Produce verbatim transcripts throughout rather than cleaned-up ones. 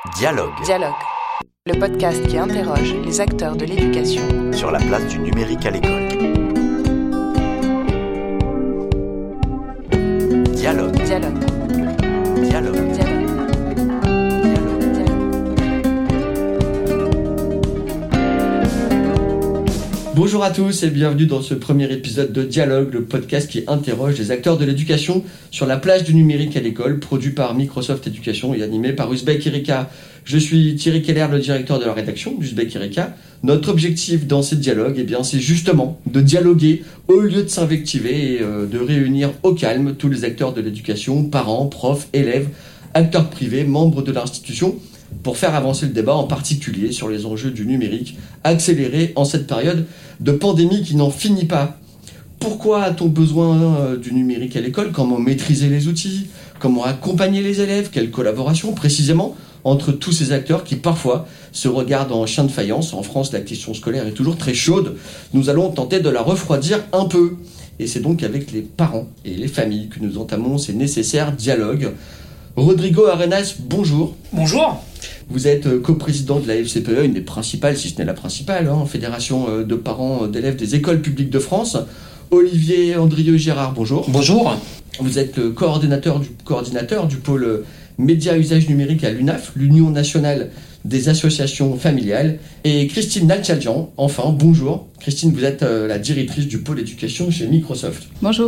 Dialogue. Dialogue, le podcast qui interroge les acteurs de l'éducation Sur la place du numérique à l'école. Dialogue. Dialogue. Dialogue. Dialogue. Bonjour à tous et bienvenue dans ce premier épisode de Dialogue, le podcast qui interroge les acteurs de l'éducation sur la place du numérique à l'école, produit par Microsoft Education et animé par Uzbek Erika. Je suis Thierry Keller, le directeur de la rédaction d'Uzbek Erika. Notre objectif dans ces dialogues, eh bien, c'est justement de dialoguer au lieu de s'invectiver et euh, de réunir au calme tous les acteurs de l'éducation, parents, profs, élèves, acteurs privés, membres de l'institution, pour faire avancer le débat, en particulier sur les enjeux du numérique, accéléré en cette période de pandémie qui n'en finit pas. Pourquoi a-t-on besoin du numérique à l'école ? Comment maîtriser les outils ? Comment accompagner les élèves ? Quelle collaboration précisément entre tous ces acteurs qui parfois se regardent en chien de faïence ? En France, la question scolaire est toujours très chaude. Nous allons tenter de la refroidir un peu. Et c'est donc avec les parents et les familles que nous entamons ces nécessaires dialogues. Rodrigo Arenas, bonjour. Bonjour. Vous êtes coprésident de la F C P E, une des principales, si ce n'est la principale, hein, fédération de parents d'élèves des écoles publiques de France. Olivier Andrieux-Gérard, bonjour. Bonjour. Vous êtes le coordinateur du, coordinateur du pôle médias usage numérique à l'U N A F, l'Union nationale des associations familiales. Et Christine Naltchadjian, enfin, bonjour. Christine, vous êtes la directrice du pôle éducation chez Microsoft. Bonjour.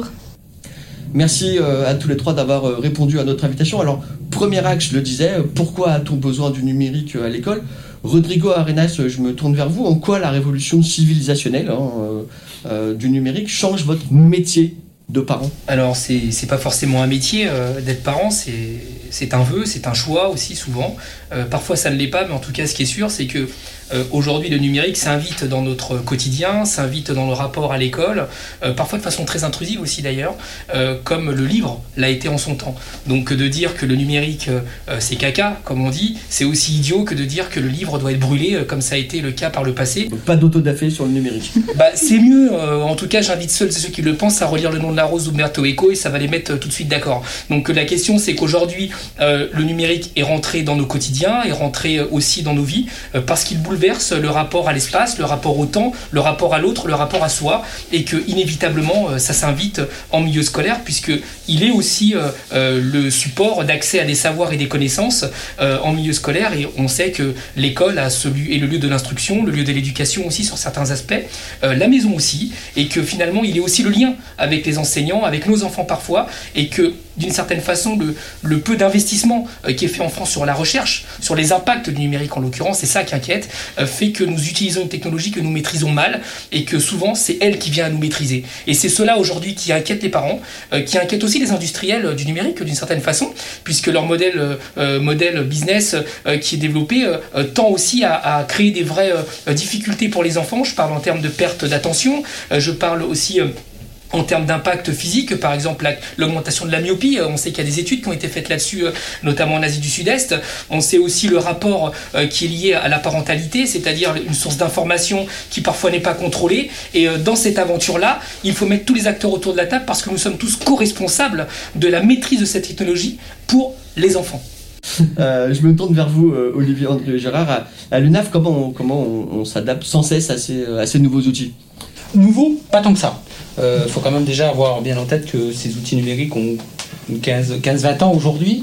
Merci à tous les trois d'avoir répondu à notre invitation. Alors, premier axe, je le disais, pourquoi a-t-on besoin du numérique à l'école ? Rodrigo Arenas, je me tourne vers vous. En quoi la révolution civilisationnelle hein, euh, du numérique change votre métier de parent ? Alors, c'est, c'est pas forcément un métier euh, d'être parent, c'est, c'est un vœu, c'est un choix aussi souvent. Euh, parfois, ça ne l'est pas, mais en tout cas, ce qui est sûr, c'est que Euh, aujourd'hui, le numérique s'invite dans notre quotidien, s'invite dans le rapport à l'école, euh, parfois de façon très intrusive aussi d'ailleurs, euh, comme le livre l'a été en son temps. Donc de dire que le numérique euh, c'est caca, comme on dit, c'est aussi idiot que de dire que le livre doit être brûlé, euh, comme ça a été le cas par le passé. Donc pas d'autodafé sur le numérique. Bah, c'est mieux, euh, en tout cas j'invite ceux, ceux qui le pensent à relire Le Nom de la Rose d'Umberto Eco et ça va les mettre euh, tout de suite d'accord. Donc la question c'est qu'aujourd'hui euh, le numérique est rentré dans nos quotidiens, est rentré euh, aussi dans nos vies, euh, parce qu'il bouleverse le rapport à l'espace, le rapport au temps, le rapport à l'autre, le rapport à soi, et que inévitablement ça s'invite en milieu scolaire puisque il est aussi euh, euh, le support d'accès à des savoirs et des connaissances euh, en milieu scolaire, et on sait que l'école a celui, est le lieu de l'instruction, le lieu de l'éducation aussi sur certains aspects, euh, la maison aussi, et que finalement il est aussi le lien avec les enseignants, avec nos enfants parfois, et que d'une certaine façon le, le peu d'investissement euh, qui est fait en France sur la recherche, sur les impacts du numérique en l'occurrence, c'est ça qui inquiète, euh, fait que nous utilisons une technologie que nous maîtrisons mal et que souvent c'est elle qui vient à nous maîtriser. Et c'est cela aujourd'hui qui inquiète les parents, euh, qui inquiète aussi les industriels euh, du numérique d'une certaine façon, puisque leur modèle, euh, modèle business euh, qui est développé euh, tend aussi à, à créer des vraies euh, difficultés pour les enfants. Je parle en termes de perte d'attention, euh, je parle aussi... Euh, en termes d'impact physique, par exemple la, l'augmentation de la myopie, on sait qu'il y a des études qui ont été faites là-dessus, notamment en Asie du Sud-Est. On sait aussi le rapport euh, qui est lié à la parentalité, c'est-à-dire une source d'information qui parfois n'est pas contrôlée. Et euh, dans cette aventure-là, il faut mettre tous les acteurs autour de la table parce que nous sommes tous co-responsables de la maîtrise de cette technologie pour les enfants. Euh, je me tourne vers vous, euh, Olivier Andrieux-Gérard. À, à l'U N A F, comment on, comment on, on s'adapte sans cesse à ces, à ces nouveaux outils ? Nouveau, pas tant que ça. Il euh, faut quand même déjà avoir bien en tête que ces outils numériques ont quinze vingt ans aujourd'hui.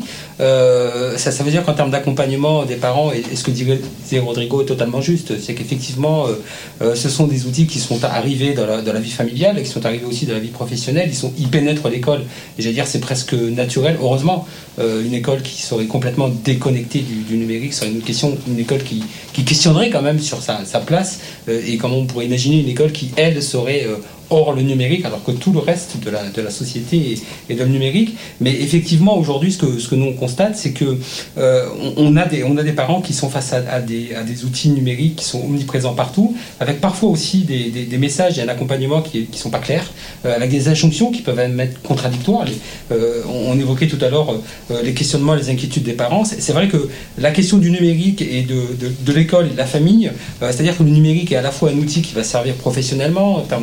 Euh, ça, ça veut dire qu'en termes d'accompagnement des parents, et, et ce que disait Rodrigo est totalement juste, c'est qu'effectivement euh, euh, ce sont des outils qui sont arrivés dans la, dans la vie familiale et qui sont arrivés aussi dans la vie professionnelle. Ils, sont, ils pénètrent l'école et j'allais dire c'est presque naturel. Heureusement, euh, une école qui serait complètement déconnectée du, du numérique serait une, question, une école qui, qui questionnerait quand même sur sa, sa place euh, et comment on pourrait imaginer une école qui, elle, serait euh, hors le numérique alors que tout le reste de la, de la société est, est dans le numérique. Mais effectivement, aujourd'hui, ce que, ce que nous on constate, c'est que euh, on, on, a des, on a des parents qui sont face à, à, des, à des outils numériques qui sont omniprésents partout, avec parfois aussi des, des, des messages et un accompagnement qui ne sont pas clairs, euh, avec des injonctions qui peuvent même être contradictoires. Les, euh, on, on évoquait tout à l'heure euh, les questionnements, les inquiétudes des parents. C'est, c'est vrai que la question du numérique et de, de, de l'école et de la famille, euh, c'est-à-dire que le numérique est à la fois un outil qui va servir professionnellement en termes d'apprentissage,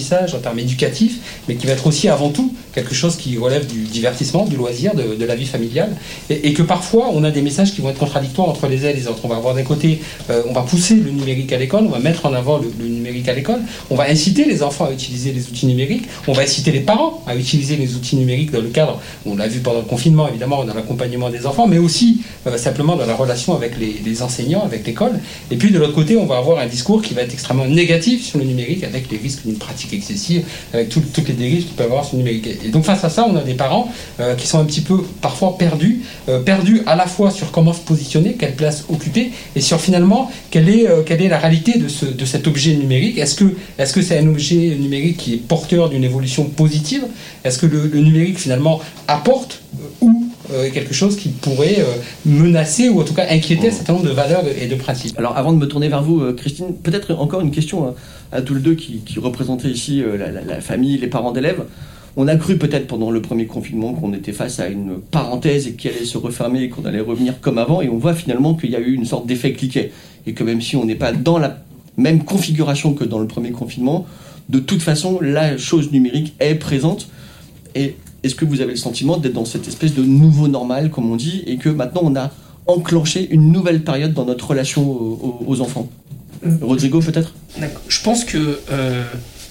d'apprentissage, en termes éducatifs, mais qui va être aussi avant tout quelque chose qui relève du divertissement, du loisir, de, de la vie familiale, et, et que parfois on a des messages qui vont être contradictoires entre les uns et les autres. On va avoir d'un côté, euh, on va pousser le numérique à l'école, on va mettre en avant le, le numérique à l'école, on va inciter les enfants à utiliser les outils numériques, on va inciter les parents à utiliser les outils numériques dans le cadre, on l'a vu pendant le confinement évidemment, dans l'accompagnement des enfants, mais aussi euh, simplement dans la relation avec les, les enseignants, avec l'école. Et puis de l'autre côté, on va avoir un discours qui va être extrêmement négatif sur le numérique, avec les risques d'une pratique excessive, avec tout, toutes les dérives qu'il peut y avoir sur le numérique. Et donc face à ça, on a des parents euh, qui sont un petit peu parfois perdus, euh, perdus à la fois sur comment se positionner, quelle place occuper, et sur finalement quelle est, euh, quelle est la réalité de, ce, de cet objet numérique. Est-ce que, est-ce que c'est un objet numérique qui est porteur d'une évolution positive? Est-ce que le, le numérique finalement apporte euh, ou euh, quelque chose qui pourrait euh, menacer ou en tout cas inquiéter un certain nombre de valeurs et de principes? Alors avant de me tourner vers vous, euh, Christine, peut-être encore une question à, à tous les deux qui, qui représentez ici euh, la, la, la famille, les parents d'élèves. On a cru peut-être pendant le premier confinement qu'on était face à une parenthèse et qu'elle allait se refermer et qu'on allait revenir comme avant, et on voit finalement qu'il y a eu une sorte d'effet cliquet, et que même si on n'est pas dans la même configuration que dans le premier confinement, de toute façon la chose numérique est présente. Et est-ce que vous avez le sentiment d'être dans cette espèce de nouveau normal, comme on dit, et que maintenant on a enclenché une nouvelle période dans notre relation aux, aux enfants? Rodrigo, peut-être? D'accord. Je pense que euh,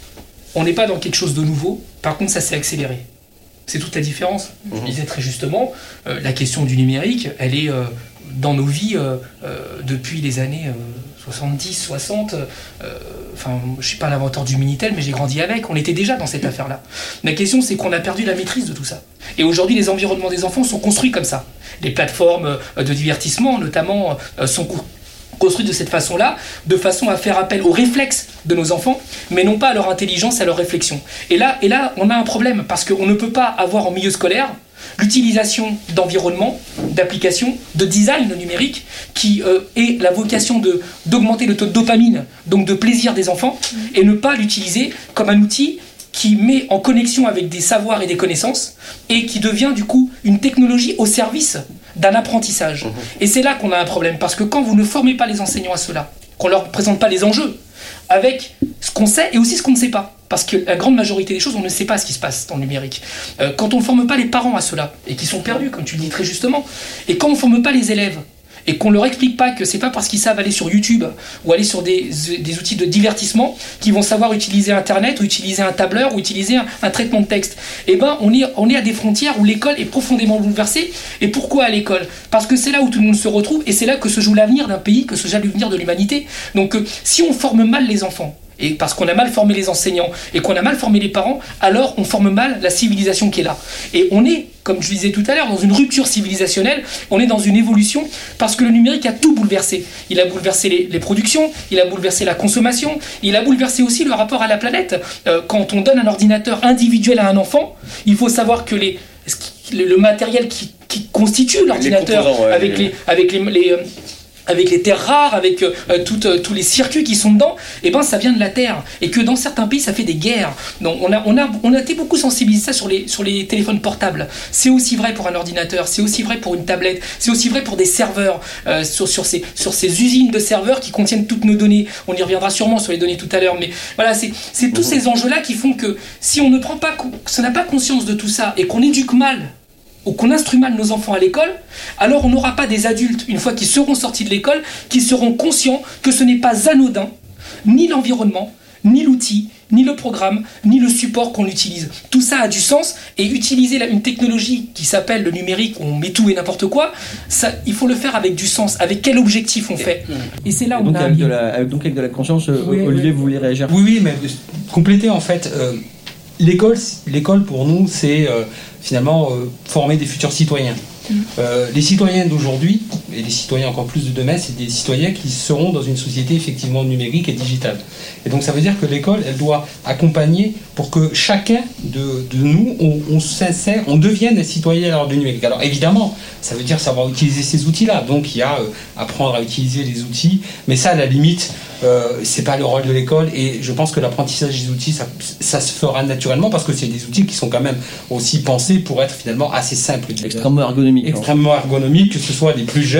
on n'est pas dans quelque chose de nouveau. Par contre, ça s'est accéléré. C'est toute la différence. Mmh. Je disais très justement, euh, la question du numérique, elle est euh, dans nos vies euh, euh, depuis les années euh, soixante-dix, soixante. Euh, enfin, je ne suis pas l'inventeur du Minitel, mais j'ai grandi avec. On était déjà dans cette affaire-là. La question, c'est qu'on a perdu la maîtrise de tout ça. Et aujourd'hui, les environnements des enfants sont construits comme ça. Les plateformes de divertissement, notamment, euh, sont construites de cette façon-là, de façon à faire appel aux réflexes de nos enfants, mais non pas à leur intelligence, à leur réflexion. Et là, et là on a un problème, parce qu'on ne peut pas avoir en milieu scolaire l'utilisation d'environnements, d'applications, de design numérique qui euh, ait la vocation de, d'augmenter le taux de dopamine, donc de plaisir des enfants, et ne pas l'utiliser comme un outil qui met en connexion avec des savoirs et des connaissances, et qui devient du coup une technologie au service d'un apprentissage. Mmh. Et c'est là qu'on a un problème, parce que quand vous ne formez pas les enseignants à cela, qu'on ne leur présente pas les enjeux, avec ce qu'on sait et aussi ce qu'on ne sait pas, parce que la grande majorité des choses, on ne sait pas ce qui se passe dans le numérique. Euh, quand on ne forme pas les parents à cela, et qui sont perdus, comme tu le dis très justement, et quand on ne forme pas les élèves, et qu'on ne leur explique pas que c'est pas parce qu'ils savent aller sur YouTube ou aller sur des, des outils de divertissement qu'ils vont savoir utiliser Internet ou utiliser un tableur ou utiliser un, un traitement de texte. Eh ben, on est, on est à des frontières où l'école est profondément bouleversée. Et pourquoi à l'école? Parce que c'est là où tout le monde se retrouve et c'est là que se joue l'avenir d'un pays, que se joue l'avenir de l'humanité. Donc, euh, si on forme mal les enfants, et parce qu'on a mal formé les enseignants et qu'on a mal formé les parents, alors on forme mal la civilisation qui est là. Et on est, comme je disais tout à l'heure, dans une rupture civilisationnelle, on est dans une évolution, parce que le numérique a tout bouleversé. Il a bouleversé les, les productions, il a bouleversé la consommation, il a bouleversé aussi le rapport à la planète. Euh, quand on donne un ordinateur individuel à un enfant, il faut savoir que les, le matériel qui, qui constitue l'ordinateur, ouais, avec les... les, avec les, les euh, avec les terres rares, avec euh, tout, euh, tous les circuits qui sont dedans, et ben ça vient de la terre. Et que dans certains pays, ça fait des guerres. Donc on a, on a, on a été beaucoup sensibilisés ça sur les, sur les téléphones portables. C'est aussi vrai pour un ordinateur, c'est aussi vrai pour une tablette, c'est aussi vrai pour des serveurs, euh, sur, sur, ces, sur ces usines de serveurs qui contiennent toutes nos données. On y reviendra sûrement sur les données tout à l'heure, mais voilà, c'est, c'est tous ces enjeux-là qui font que si on ne prend pas, si on n'a pas conscience de tout ça, et qu'on éduque mal, ou qu'on instruit mal nos enfants à l'école, alors on n'aura pas des adultes, une fois qu'ils seront sortis de l'école, qui seront conscients que ce n'est pas anodin, ni l'environnement, ni l'outil, ni le programme, ni le support qu'on utilise. Tout ça a du sens, et utiliser une technologie qui s'appelle le numérique, où on met tout et n'importe quoi, ça, il faut le faire avec du sens. Avec quel objectif on fait? Et c'est là où donc on a avec, un... de la, donc avec de la conscience, oui, Olivier, oui. vous voulez réagir? Oui, oui, mais compléter en fait... Euh... L'école, l'école pour nous, c'est euh, finalement euh, former des futurs citoyens. Mmh. Euh, les citoyens d'aujourd'hui, et les citoyens encore plus de demain, c'est des citoyens qui seront dans une société effectivement numérique et digitale. Et donc ça veut dire que l'école, elle doit accompagner pour que chacun de, de nous, on, on s'insère, on devienne un citoyen à l'heure du numérique. Alors évidemment, ça veut dire savoir utiliser ces outils-là. Donc il y a euh, apprendre à utiliser les outils, mais ça, à la limite, euh, c'est pas le rôle de l'école. Et je pense que l'apprentissage des outils, ça, ça se fera naturellement parce que c'est des outils qui sont quand même aussi pensés pour être finalement assez simples. Extrêmement ergonomiques. Extrêmement ergonomiques, que ce soit les plus jeunes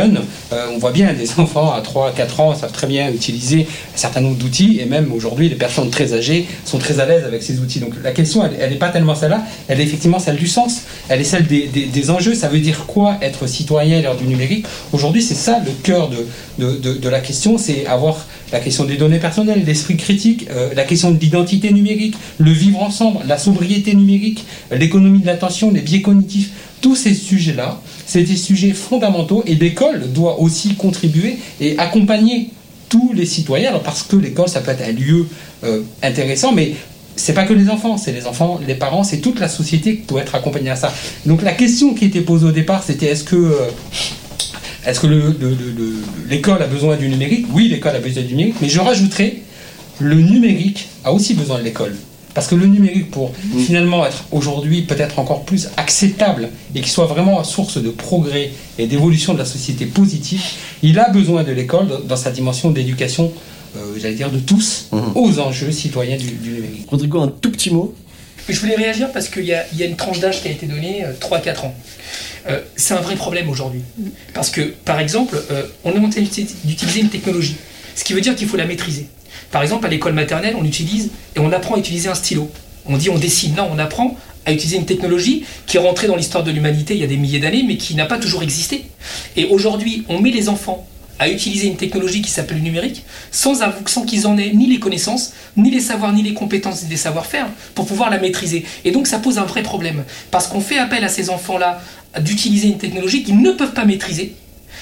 jeunes. Euh, on voit bien des enfants à trois à quatre ans savent très bien utiliser un certain nombre d'outils, et même aujourd'hui, les personnes très âgées sont très à l'aise avec ces outils. Donc la question, elle n'est pas tellement celle-là, elle est effectivement celle du sens, elle est celle des, des, des enjeux. Ça veut dire quoi être citoyen à l'ère du numérique? Aujourd'hui, c'est ça le cœur de, de, de, de la question, c'est avoir la question des données personnelles, l'esprit critique, euh, la question de l'identité numérique, le vivre ensemble, la sobriété numérique, l'économie de l'attention, les biais cognitifs. Tous ces sujets-là, c'est des sujets fondamentaux, et l'école doit aussi contribuer et accompagner tous les citoyens, alors parce que l'école, ça peut être un lieu euh, intéressant, mais c'est pas que les enfants, c'est les enfants, les parents, c'est toute la société qui doit être accompagnée à ça. Donc la question qui était posée au départ, c'était est-ce que... Euh, Est-ce que le, le, le, l'école a besoin du numérique? Oui, l'école a besoin du numérique, mais je rajouterais, le numérique a aussi besoin de l'école. Parce que le numérique, pour mmh. finalement être aujourd'hui peut-être encore plus acceptable et qu'il soit vraiment source de progrès et d'évolution de la société positive, il a besoin de l'école dans sa dimension d'éducation, euh, j'allais dire de tous, mmh. aux enjeux citoyens du, du numérique. Rodrigo, un tout petit mot. Je voulais réagir parce qu'il y a, il y a une tranche d'âge qui a été donnée, euh, trois à quatre ans. Euh, c'est un vrai problème aujourd'hui. Parce que, par exemple, euh, on est en train d'utiliser une technologie, ce qui veut dire qu'il faut la maîtriser. Par exemple, à l'école maternelle, on utilise et on apprend à utiliser un stylo. On dit on dessine, non, on apprend à utiliser une technologie qui est rentrée dans l'histoire de l'humanité il y a des milliers d'années, mais qui n'a pas toujours existé. Et aujourd'hui, on met les enfants à utiliser une technologie qui s'appelle le numérique, sans, sans qu'ils en aient ni les connaissances, ni les savoirs, ni les compétences, ni les savoir-faire, pour pouvoir la maîtriser. Et donc ça pose un vrai problème, parce qu'on fait appel à ces enfants-là d'utiliser une technologie qu'ils ne peuvent pas maîtriser,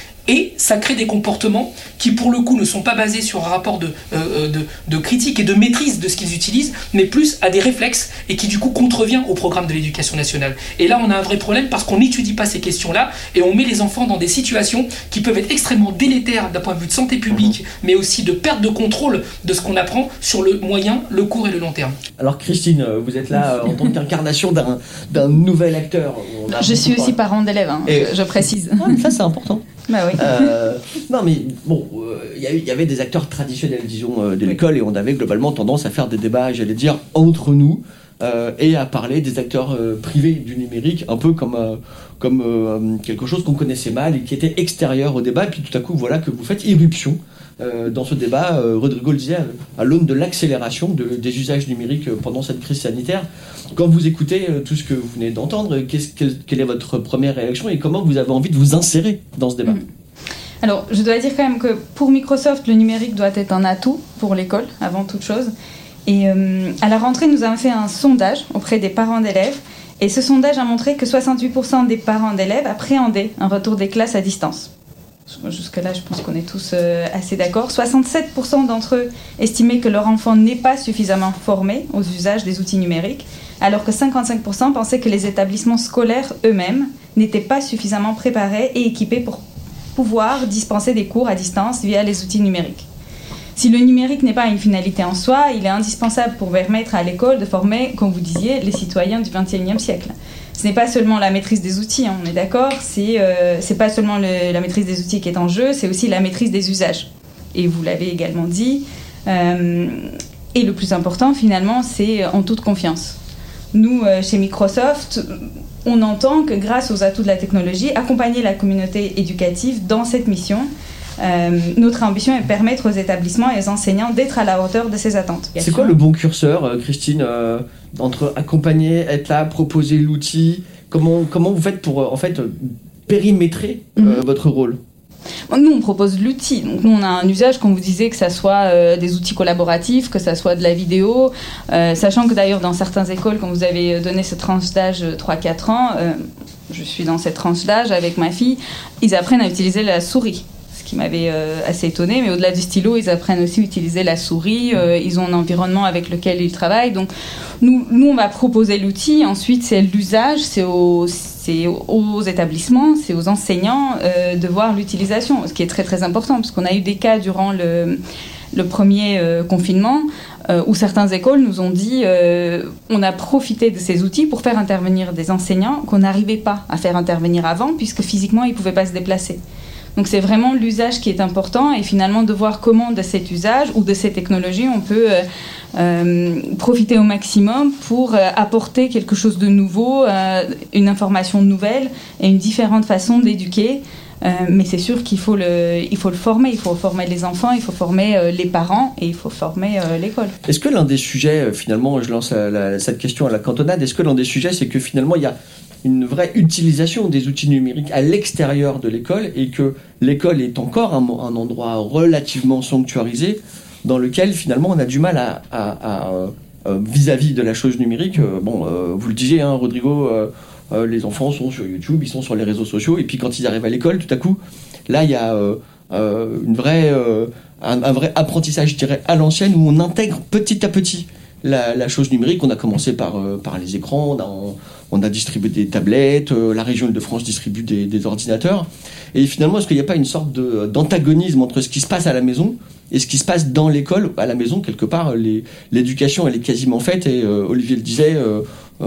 et ça crée des comportements qui, pour le coup, ne sont pas basés sur un rapport de, euh, de, de critique et de maîtrise de ce qu'ils utilisent, mais plus à des réflexes, et qui, du coup, contrevient au programme de l'éducation nationale. Et là, on a un vrai problème, parce qu'on n'étudie pas ces questions-là, et on met les enfants dans des situations qui peuvent être extrêmement délétères d'un point de vue de santé publique, mmh. mais aussi de perte de contrôle de ce qu'on apprend sur le moyen, le court et le long terme. Alors, Christine, vous êtes là en tant qu'incarnation d'un, d'un nouvel acteur. Je suis aussi parent d'élève, hein, et... je, je précise. Ah, mais ça, c'est important. Bah oui. Euh, non mais bon, il euh, y, y avait des acteurs traditionnels, disons, euh, de l'école, et on avait globalement tendance à faire des débats, j'allais dire, entre nous, euh, et à parler des acteurs euh, privés du numérique, un peu comme, euh, comme euh, quelque chose qu'on connaissait mal et qui était extérieur au débat, et puis tout à coup, voilà que vous faites irruption euh, dans ce débat. euh, Rodrigo le disait, à, à l'aune de l'accélération de, des usages numériques pendant cette crise sanitaire. Quand vous écoutez euh, tout ce que vous venez d'entendre, qu'est-ce, quelle, quelle est votre première réaction et comment vous avez envie de vous insérer dans ce débat? mmh. Alors, je dois dire quand même que pour Microsoft, le numérique doit être un atout pour l'école, avant toute chose. Et euh, à la rentrée, nous avons fait un sondage auprès des parents d'élèves. Et ce sondage a montré que soixante-huit pour cent des parents d'élèves appréhendaient un retour des classes à distance. Jusque-là, je pense qu'on est tous euh, assez d'accord. soixante-sept pour cent d'entre eux estimaient que leur enfant n'est pas suffisamment formé aux usages des outils numériques, alors que cinquante-cinq pour cent pensaient que les établissements scolaires eux-mêmes n'étaient pas suffisamment préparés et équipés pour pouvoir dispenser des cours à distance via les outils numériques. Si le numérique n'est pas une finalité en soi, il est indispensable pour permettre à l'école de former, comme vous disiez, les citoyens du vingt et unième siècle. Ce n'est pas seulement la maîtrise des outils, hein, on est d'accord, c'est, euh, c'est pas seulement le, la maîtrise des outils qui est en jeu, c'est aussi la maîtrise des usages. Et vous l'avez également dit. Euh, et le plus important, finalement, c'est en toute confiance. Nous, euh, chez Microsoft, on entend que grâce aux atouts de la technologie, accompagner la communauté éducative dans cette mission. Euh, notre ambition est de permettre aux établissements et aux enseignants d'être à la hauteur de ces attentes. C'est quoi le bon curseur, Christine, euh, entre accompagner, être là, proposer l'outil? Comment, comment vous faites pour, en fait, périmétrer euh, mm-hmm. votre rôle? Nous, on propose l'outil. Donc, nous, on a un usage, comme vous disiez, que ça soit euh, des outils collaboratifs, que ça soit de la vidéo, euh, sachant que d'ailleurs, dans certaines écoles, quand vous avez donné cette tranche d'âge trois à quatre ans, euh, je suis dans cette tranche d'âge avec ma fille, ils apprennent à utiliser la souris. Qui m'avait euh, assez étonnée, mais au-delà du stylo, ils apprennent aussi à utiliser la souris, euh, ils ont un environnement avec lequel ils travaillent, donc nous, nous on va proposer l'outil, ensuite c'est l'usage, c'est aux, c'est aux établissements, c'est aux enseignants euh, de voir l'utilisation, ce qui est très très important, parce qu'on a eu des cas durant le, le premier euh, confinement, euh, où certaines écoles nous ont dit euh, on a profité de ces outils pour faire intervenir des enseignants qu'on n'arrivait pas à faire intervenir avant, puisque physiquement ils ne pouvaient pas se déplacer. Donc c'est vraiment l'usage qui est important et finalement de voir comment de cet usage ou de ces technologies on peut euh, euh, profiter au maximum pour euh, apporter quelque chose de nouveau, euh, une information nouvelle et une différente façon d'éduquer. Euh, mais c'est sûr qu'il faut le, il faut le former, il faut former les enfants, il faut former euh, les parents et il faut former euh, l'école. Est-ce que l'un des sujets, euh, finalement, je lance la, la, cette question à la cantonade, est-ce que l'un des sujets, c'est que finalement, il y a une vraie utilisation des outils numériques à l'extérieur de l'école et que l'école est encore un, un endroit relativement sanctuarisé dans lequel, finalement, on a du mal à, à, à, à vis-à-vis de la chose numérique. Euh, bon, euh, vous le disiez, hein, Rodrigo... Euh, Euh, les enfants sont sur YouTube, ils sont sur les réseaux sociaux, et puis quand ils arrivent à l'école, tout à coup, là, il y a euh, euh, une vraie, euh, un, un vrai apprentissage, je dirais, à l'ancienne, où on intègre petit à petit la, la chose numérique. On a commencé par, euh, par les écrans, on a, on, on a distribué des tablettes, euh, la région Île-de-France distribue des, des ordinateurs, et finalement, est-ce qu'il n'y a pas une sorte de, d'antagonisme entre ce qui se passe à la maison et ce qui se passe dans l'école, à la maison, quelque part, les, l'éducation, elle est quasiment faite, et euh, Olivier le disait, euh,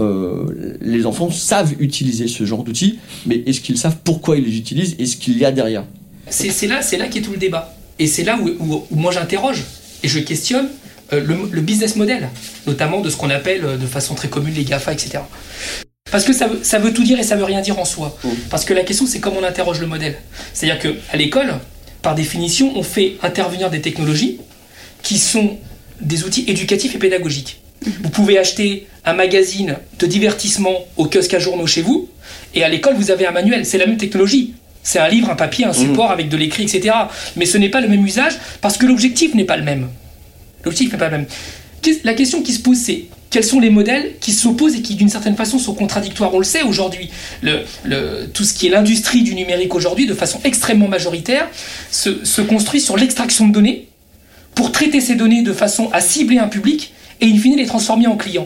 Euh, les enfants savent utiliser ce genre d'outils, mais est-ce qu'ils savent pourquoi ils les utilisent et ce qu'il y a derrière ? C'est, c'est là, c'est là qu'est tout le débat. Et c'est là où, où, où moi j'interroge et je questionne euh, le, le business model, notamment de ce qu'on appelle euh, de façon très commune les GAFA, et cetera. Parce que ça veut, ça veut tout dire et ça veut rien dire en soi. Mmh. Parce que la question, c'est comment on interroge le modèle. C'est-à-dire qu'à l'école, par définition, on fait intervenir des technologies qui sont des outils éducatifs et pédagogiques. Vous pouvez acheter un magazine de divertissement au kiosque à journaux chez vous, et à l'école, vous avez un manuel. C'est la même technologie. C'est un livre, un papier, un support mmh. avec de l'écrit, et cetera. Mais ce n'est pas le même usage parce que l'objectif n'est pas le même. L'objectif n'est pas le même. La question qui se pose, c'est quels sont les modèles qui s'opposent et qui, d'une certaine façon, sont contradictoires. On le sait aujourd'hui. Le, le, tout ce qui est l'industrie du numérique aujourd'hui, de façon extrêmement majoritaire, se, se construit sur l'extraction de données pour traiter ces données de façon à cibler un public et in fine les transformer en clients.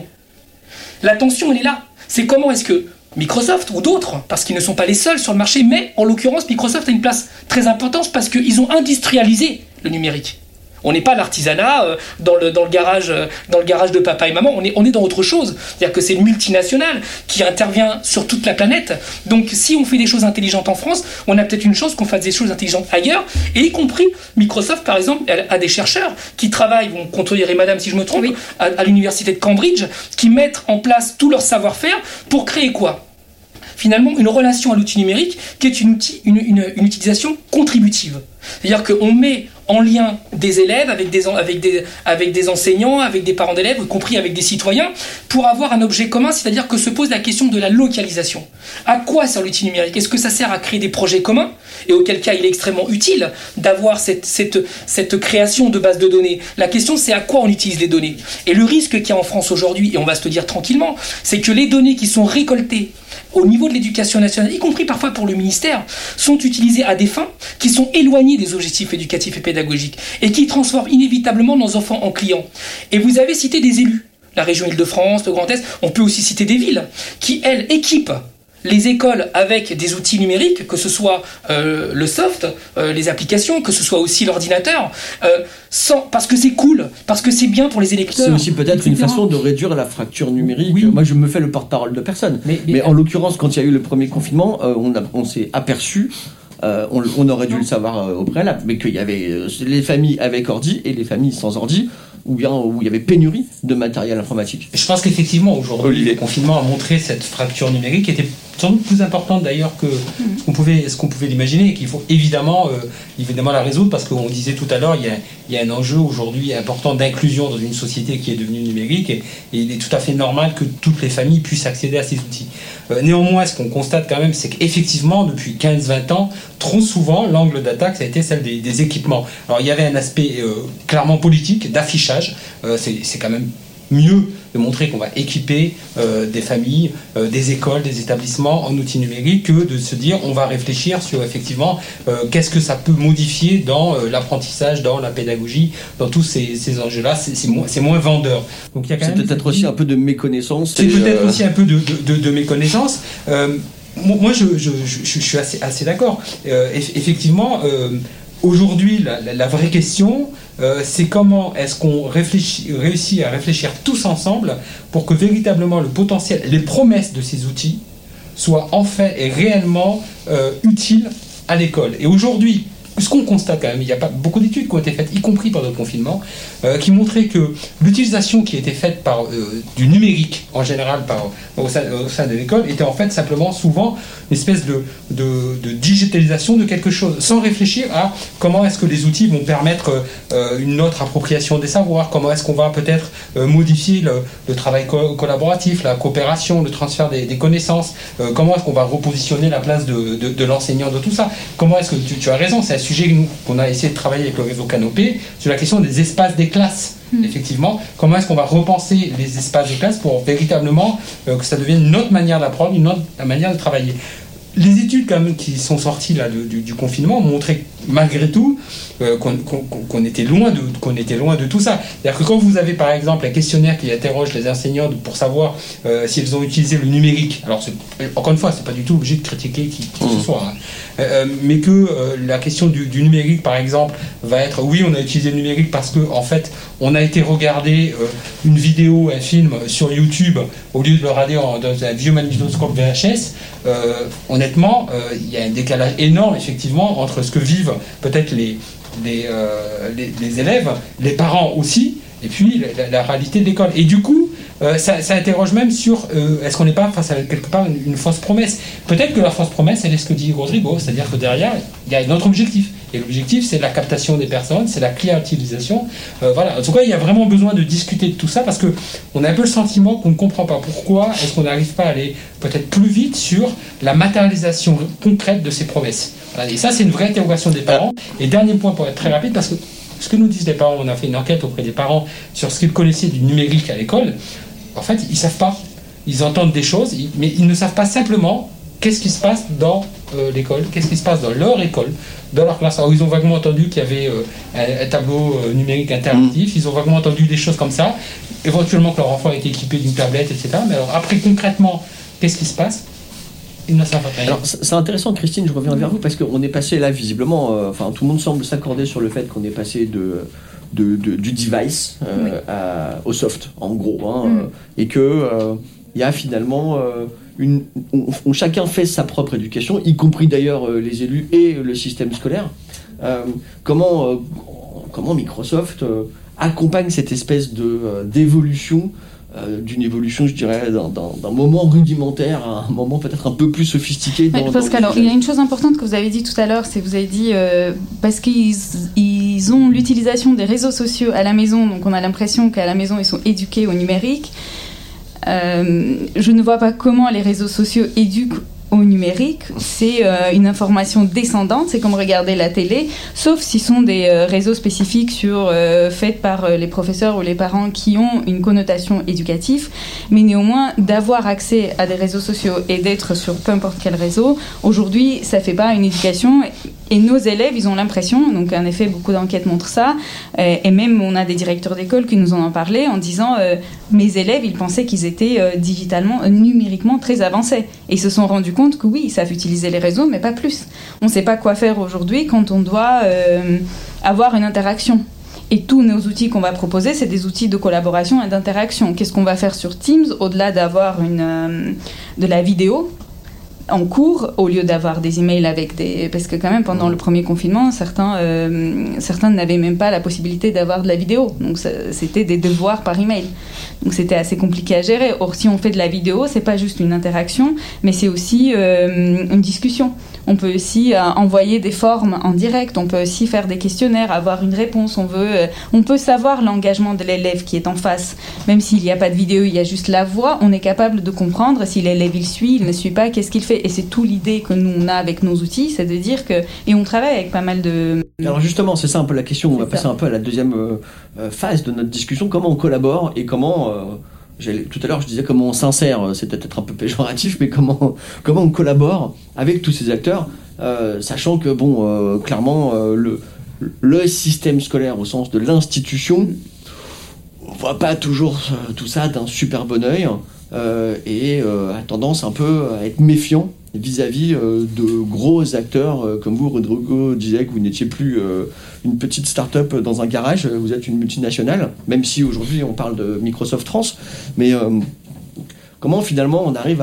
La tension, elle est là. C'est comment est-ce que Microsoft ou d'autres, parce qu'ils ne sont pas les seuls sur le marché, mais en l'occurrence, Microsoft a une place très importante parce qu'ils ont industrialisé le numérique. On n'est pas l'artisanat euh, dans, le, dans, le garage, euh, dans le garage de papa et maman, on est, on est dans autre chose. C'est-à-dire que c'est une multinationale qui intervient sur toute la planète. Donc si on fait des choses intelligentes en France, on a peut-être une chance qu'on fasse des choses intelligentes ailleurs, et y compris Microsoft, par exemple, elle a des chercheurs qui travaillent, vous me contredirez madame si je me trompe, oui. à, à l'université de Cambridge, qui mettent en place tout leur savoir-faire pour créer quoi ? Finalement, une relation à l'outil numérique qui est une, outil, une, une, une utilisation contributive. C'est-à-dire qu'on met en lien des élèves avec des, avec, des, avec des enseignants, avec des parents d'élèves, y compris avec des citoyens, pour avoir un objet commun, c'est-à-dire que se pose la question de la localisation. À quoi sert l'outil numérique ? Est-ce que ça sert à créer des projets communs ? Et auquel cas, il est extrêmement utile d'avoir cette, cette, cette création de bases de données. La question, c'est à quoi on utilise les données ? Et le risque qu'il y a en France aujourd'hui, et on va se le dire tranquillement, c'est que les données qui sont récoltées au niveau de l'éducation nationale, y compris parfois pour le ministère, sont utilisées à des fins qui sont éloignées des objectifs éducatifs et pédagogiques et qui transforment inévitablement nos enfants en clients. Et vous avez cité des élus, la région Île-de-France, le Grand Est, on peut aussi citer des villes qui, elles, équipent les écoles avec des outils numériques, que ce soit euh, le soft, euh, les applications, que ce soit aussi l'ordinateur, euh, sans, parce que c'est cool, parce que c'est bien pour les électeurs. C'est aussi peut-être une façon de réduire la fracture numérique. Oui. Moi, je me fais le porte-parole de personne. Mais, mais, mais en l'occurrence, quand il y a eu le premier confinement, euh, on, a, on s'est aperçu, euh, on, on aurait dû non. le savoir euh, au préalable, mais qu'il y avait euh, les familles avec ordi et les familles sans ordi, ou bien où il y avait pénurie de matériel informatique. Je pense qu'effectivement, aujourd'hui, Olivier. Le confinement a montré cette fracture numérique qui était sans doute plus importante d'ailleurs que mmh. ce qu'on pouvait, ce qu'on pouvait l'imaginer, et qu'il faut évidemment, euh, évidemment la résoudre, parce qu'on disait tout à l'heure, il y a, il y a un enjeu aujourd'hui important d'inclusion dans une société qui est devenue numérique, et, et il est tout à fait normal que toutes les familles puissent accéder à ces outils. Euh, néanmoins, ce qu'on constate quand même, c'est qu'effectivement, depuis quinze vingt ans, trop souvent, l'angle d'attaque, ça a été celle des, des équipements. Alors, il y avait un aspect euh, clairement politique, d'affichage, euh, c'est, c'est quand même mieux de montrer qu'on va équiper euh, des familles, euh, des écoles, des établissements en outils numériques, que de se dire on va réfléchir sur effectivement euh, qu'est-ce que ça peut modifier dans euh, l'apprentissage, dans la pédagogie, dans tous ces, ces enjeux-là. C'est, c'est, moins, c'est moins vendeur. Donc, il y a quand c'est même peut-être aussi un peu de méconnaissance. C'est peut-être euh... aussi un peu de, de, de, de méconnaissance. Euh, moi, je, je, je, je suis assez, assez d'accord. Euh, effectivement, euh, aujourd'hui, la, la, la vraie question, Euh, c'est comment est-ce qu'on réfléchit, réussit à réfléchir tous ensemble pour que véritablement le potentiel, les promesses de ces outils soient en fait et réellement euh, utiles à l'école. Et aujourd'hui, ce qu'on constate quand même, il n'y a pas beaucoup d'études qui ont été faites, y compris pendant le confinement, euh, qui montraient que l'utilisation qui était faite par, euh, du numérique en général par, au, sein, au sein de l'école était en fait simplement souvent une espèce de, de, de digitalisation de quelque chose, sans réfléchir à comment est-ce que les outils vont permettre euh, une autre appropriation des savoirs, comment est-ce qu'on va peut-être euh, modifier le, le travail co- collaboratif, la coopération, le transfert des, des connaissances, euh, comment est-ce qu'on va repositionner la place de, de, de l'enseignant de tout ça, comment est-ce que tu, tu as raison, c'est un sujet que nous, qu'on a essayé de travailler avec le réseau Canopé, sur la question des espaces des classes. Mmh. Effectivement, comment est-ce qu'on va repenser les espaces de classe pour véritablement euh, que ça devienne une autre manière d'apprendre, une autre manière de travailler. Les études quand même qui sont sorties là, de, du, du confinement montraient malgré tout euh, qu'on, qu'on, qu'on, était loin de, qu'on était loin de tout ça. C'est-à-dire que quand vous avez par exemple un questionnaire qui interroge les enseignants pour savoir euh, s'ils ont utilisé le numérique, alors c'est, encore une fois, c'est pas du tout obligé de critiquer qui, qui que ce soit, hein, euh, mais que euh, la question du, du numérique par exemple va être oui, on a utilisé le numérique parce que en fait on a été regarder euh, une vidéo, un film sur YouTube au lieu de le regarder en, dans un vieux magnétoscope V H S. Euh, honnêtement, euh, il y a un décalage énorme effectivement entre ce que vivent peut-être les, les, euh, les, les élèves, les parents aussi, et puis la, la réalité de l'école. Et du coup, euh, ça, ça interroge même sur euh, est-ce qu'on n'est pas face à quelque part une, une fausse promesse. Peut-être que la fausse promesse, elle est ce que dit Rodrigo, c'est-à-dire que derrière, il y a un autre objectif. Et l'objectif, c'est la captation des personnes, c'est la clientélisation. Euh, voilà. En tout cas, il y a vraiment besoin de discuter de tout ça parce qu'on a un peu le sentiment qu'on ne comprend pas pourquoi est-ce qu'on n'arrive pas à aller peut-être plus vite sur la matérialisation concrète de ces promesses. Voilà. Et ça, c'est une vraie interrogation des parents. Et dernier point pour être très rapide, parce que ce que nous disent les parents, on a fait une enquête auprès des parents sur ce qu'ils connaissaient du numérique à l'école. En fait, ils ne savent pas. Ils entendent des choses, mais ils ne savent pas simplement qu'est-ce qui se passe dans euh, l'école, qu'est-ce qui se passe dans leur école, dans leur classe. Alors, ils ont vaguement entendu qu'il y avait euh, un, un tableau euh, numérique interactif, mmh. Ils ont vaguement entendu des choses comme ça, éventuellement que leur enfant était équipé d'une tablette, et cetera. Mais alors, après, concrètement, qu'est-ce qui se passe ? Ils ne savent pas. Alors, c'est intéressant, Christine, je reviens vers vous, parce qu'on est passé là, visiblement, euh, enfin, tout le monde semble s'accorder sur le fait qu'on est passé de... De, de, du device euh, oui. à, au soft, en gros, hein, mmh. euh, et que euh, y a finalement euh, une, on, on, chacun fait sa propre éducation, y compris d'ailleurs euh, les élus et le système scolaire. Euh, comment, euh, comment Microsoft euh, accompagne cette espèce de euh, d'évolution, euh, d'une évolution, je dirais, d'un, d'un, d'un moment rudimentaire à un moment peut-être un peu plus sophistiqué. Dans, ouais, parce dans qu'alors, il y a une chose importante que vous avez dit tout à l'heure, c'est que vous avez dit euh, parce qu'ils ils ont l'utilisation des réseaux sociaux à la maison, donc on a l'impression qu'à la maison ils sont éduqués au numérique. Euh, je ne vois pas comment les réseaux sociaux éduquent au numérique. C'est euh, une information descendante, c'est comme regarder la télé, sauf s'ils sont des euh, réseaux spécifiques sur, euh, faits par euh, les professeurs ou les parents qui ont une connotation éducative, mais néanmoins d'avoir accès à des réseaux sociaux et d'être sur peu importe quel réseau, aujourd'hui ça fait pas une éducation, et nos élèves ils ont l'impression, donc en effet beaucoup d'enquêtes montrent ça, euh, et même on a des directeurs d'école qui nous en ont parlé en disant euh, mes élèves ils pensaient qu'ils étaient euh, digitalement, euh, numériquement très avancés, et ils se sont rendus compte que oui, ils savent utiliser les réseaux, mais pas plus. On ne sait pas quoi faire aujourd'hui quand on doit euh, avoir une interaction. Et tous nos outils qu'on va proposer, c'est des outils de collaboration et d'interaction. Qu'est-ce qu'on va faire sur Teams, au-delà d'avoir une, euh, de la vidéo en cours, au lieu d'avoir des emails avec des... Parce que quand même, pendant le premier confinement, certains, euh, certains n'avaient même pas la possibilité d'avoir de la vidéo. Donc ça, c'était des devoirs par email. Donc c'était assez compliqué à gérer. Or, si on fait de la vidéo, c'est pas juste une interaction, mais c'est aussi euh, une discussion. On peut aussi euh, envoyer des formes en direct, on peut aussi faire des questionnaires, avoir une réponse. On, veut, euh, on peut savoir l'engagement de l'élève qui est en face. Même s'il n'y a pas de vidéo, il y a juste la voix, on est capable de comprendre si l'élève il suit, il ne suit pas, qu'est-ce qu'il fait. Et c'est tout l'idée que nous on a avec nos outils, c'est de dire que... Et on travaille avec pas mal de... Alors justement, c'est ça un peu la question, on va passer un peu à la deuxième euh, phase de notre discussion, comment on collabore et comment... Euh, tout à l'heure je disais comment on s'insère, c'est peut-être un peu péjoratif, mais comment, comment on collabore avec tous ces acteurs, euh, sachant que bon, euh, clairement, euh, le, le système scolaire au sens de l'institution, on voit pas toujours euh, tout ça d'un super bon œil, euh, et euh, a tendance un peu à être méfiant vis-à-vis euh, de gros acteurs, euh, comme vous, Rodrigo disait que vous n'étiez plus euh, une petite start-up dans un garage, vous êtes une multinationale, même si aujourd'hui on parle de Microsoft France, mais euh, comment finalement on arrive à,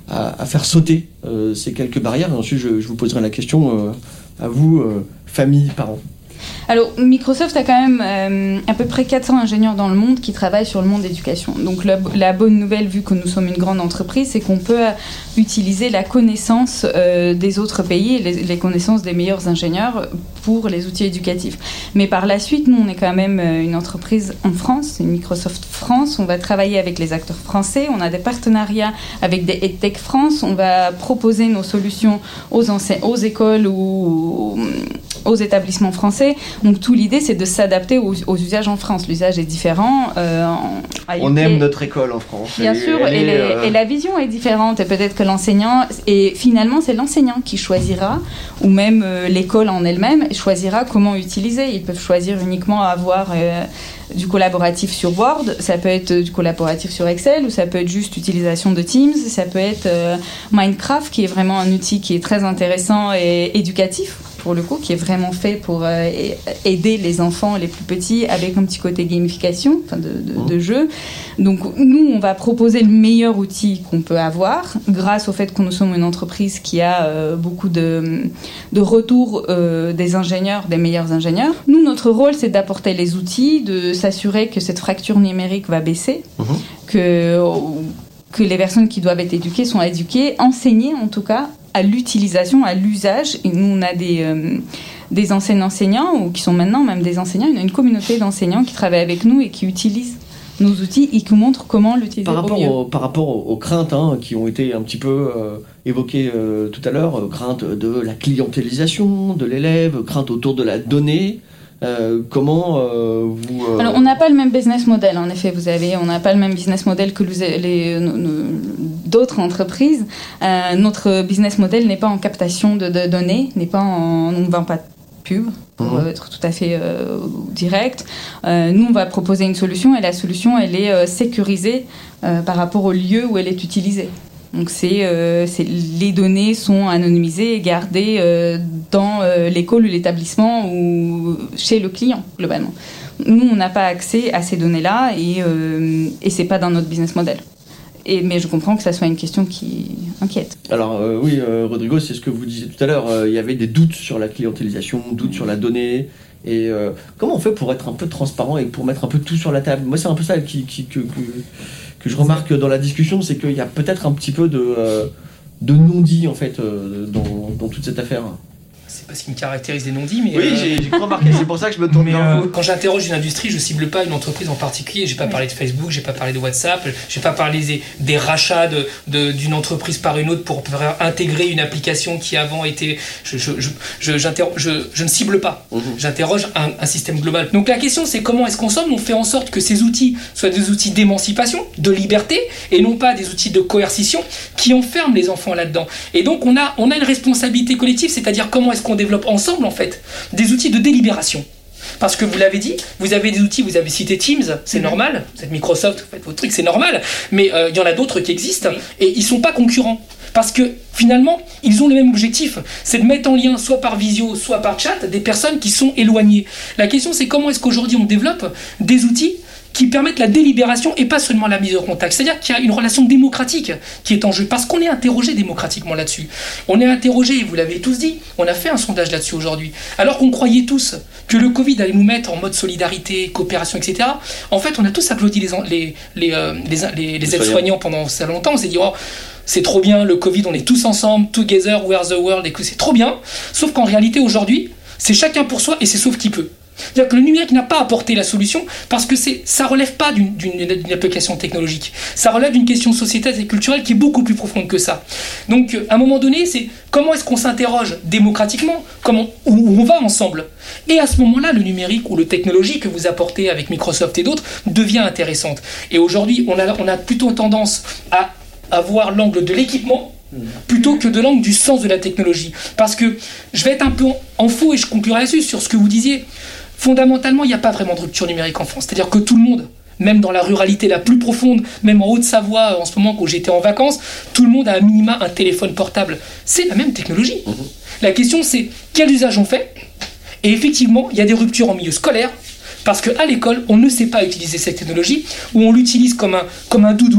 à, à faire sauter euh, ces quelques barrières. Et ensuite, je, je vous poserai la question euh, à vous, euh, famille, parents. Alors, Microsoft a quand même euh, à peu près quatre cents ingénieurs dans le monde qui travaillent sur le monde d'éducation. Donc, la, la bonne nouvelle, vu que nous sommes une grande entreprise, c'est qu'on peut utiliser la connaissance euh, des autres pays, les, les connaissances des meilleurs ingénieurs pour les outils éducatifs. Mais par la suite, nous, on est quand même une entreprise en France, c'est Microsoft France. On va travailler avec les acteurs français. On a des partenariats avec des EdTech France. On va proposer nos solutions aux, ense- aux écoles ou aux établissements français. Donc, tout l'idée, c'est de s'adapter aux, aux usages en France. L'usage est différent. Euh, en, On aime notre école en France. Bien et, sûr, et, est, les, euh... et la vision est différente. Et peut-être que l'enseignant, et finalement, c'est l'enseignant qui choisira, ou même euh, l'école en elle-même, choisira comment utiliser. Ils peuvent choisir uniquement avoir euh, du collaboratif sur Word, ça peut être du collaboratif sur Excel, ou ça peut être juste utilisation de Teams, ça peut être euh, Minecraft, qui est vraiment un outil qui est très intéressant et éducatif, pour le coup, qui est vraiment fait pour euh, aider les enfants les plus petits avec un petit côté gamification, enfin de, de, mmh. de jeu. Donc nous, on va proposer le meilleur outil qu'on peut avoir, grâce au fait que nous sommes une entreprise qui a euh, beaucoup de, de retours euh, des ingénieurs, des meilleurs ingénieurs. Nous, notre rôle, c'est d'apporter les outils, de s'assurer que cette fracture numérique va baisser, mmh. que, que les personnes qui doivent être éduquées sont éduquées, enseignées en tout cas, à l'utilisation, à l'usage. Et nous, on a des, euh, des enseignants enseignants, ou qui sont maintenant même des enseignants. Il y a une communauté d'enseignants qui travaillent avec nous et qui utilisent nos outils et qui montrent comment l'utiliser par rapport au mieux. Au, par rapport aux, aux craintes hein, qui ont été un petit peu euh, évoquées euh, tout à l'heure, euh, crainte de la clientélisation de l'élève, crainte autour de la donnée, Euh, comment euh, vous... Euh... Alors, on n'a pas le même business model, en effet, vous avez, on n'a pas le même business model que les, les, nos, nos, d'autres entreprises. Euh, notre business model n'est pas en captation de, de données, n'est pas en... On ne vend pas de pub, pour mmh. être tout à fait euh, direct. Euh, nous, on va proposer une solution, et la solution, elle est euh, sécurisée euh, par rapport au lieu où elle est utilisée. Donc, c'est, euh, c'est, les données sont anonymisées et gardées euh, dans euh, l'école ou l'établissement ou chez le client, globalement. Nous, on n'a pas accès à ces données-là et, euh, et ce n'est pas dans notre business model. Et, mais je comprends que ça soit une question qui inquiète. Alors euh, oui, euh, Rodrigo, c'est ce que vous disiez tout à l'heure. Euh, il y avait des doutes sur la clientélisation, doutes sur la donnée. Et euh, comment on fait pour être un peu transparent et pour mettre un peu tout sur la table ? Moi, c'est un peu ça qui, qui, que... que que je remarque dans la discussion, c'est qu'il y a peut-être un petit peu de, euh, de non-dit en fait euh, dans, dans toute cette affaire. C'est pas ce qui me caractérise les non-dits, mais... Oui, euh... j'ai, j'ai remarqué, c'est pour ça que je me tourne vers vous. Quand j'interroge une industrie, je cible pas une entreprise en particulier. J'ai pas parlé de Facebook, j'ai pas parlé de WhatsApp, j'ai pas parlé des, des rachats de, de, d'une entreprise par une autre pour intégrer une application qui avant était... Je, je, je, je, je, je ne cible pas, mmh. J'interroge un, un système global. Donc la question, c'est comment est-ce qu'ensemble on fait en sorte que ces outils soient des outils d'émancipation, de liberté, et non pas des outils de coercition qui enferment les enfants là-dedans. Et donc on a, on a une responsabilité collective, c'est-à-dire comment est-ce qu'on développe ensemble en fait des outils de délibération. Parce que vous l'avez dit, vous avez des outils, vous avez cité Teams, c'est mmh. normal, vous êtes Microsoft, vous faites vos trucs, c'est normal, mais il euh, y en a d'autres qui existent, oui. Et ils ne sont pas concurrents. Parce que finalement, ils ont le même objectif, c'est de mettre en lien, soit par visio, soit par chat, des personnes qui sont éloignées. La question, c'est comment est-ce qu'aujourd'hui on développe des outils qui permettent la délibération et pas seulement la mise en contact. C'est-à-dire qu'il y a une relation démocratique qui est en jeu, parce qu'on est interrogé démocratiquement là-dessus. On est interrogé, vous l'avez tous dit, on a fait un sondage là-dessus aujourd'hui, alors qu'on croyait tous que le Covid allait nous mettre en mode solidarité, coopération, et cetera. En fait, on a tous applaudi les, les, les, euh, les, les, les aides-soignants pendant ça longtemps, on s'est dit, oh, c'est trop bien, le Covid, on est tous ensemble, together, we are the world, et que c'est trop bien, sauf qu'en réalité, aujourd'hui, c'est chacun pour soi et c'est sauf qui peut. C'est-à-dire que le numérique n'a pas apporté la solution parce que c'est, ça ne relève pas d'une, d'une, d'une application technologique. Ça relève d'une question sociétale et culturelle qui est beaucoup plus profonde que ça. Donc, à un moment donné, c'est comment est-ce qu'on s'interroge démocratiquement, comment, où on va ensemble. Et à ce moment-là, le numérique ou le technologie que vous apportez avec Microsoft et d'autres devient intéressante. Et aujourd'hui, on a, on a plutôt tendance à avoir l'angle de l'équipement plutôt que de l'angle du sens de la technologie. Parce que je vais être un peu en faux et je conclurai là-dessus sur ce que vous disiez. Fondamentalement, il n'y a pas vraiment de rupture numérique en France. C'est-à-dire que tout le monde, même dans la ruralité la plus profonde, même en Haute-Savoie, en ce moment où j'étais en vacances, tout le monde a à minima un téléphone portable. C'est la même technologie. Mmh. La question, c'est quel usage on fait ? Et effectivement, il y a des ruptures en milieu scolaire, parce qu'à l'école, on ne sait pas utiliser cette technologie, ou on l'utilise comme un, comme un doudou,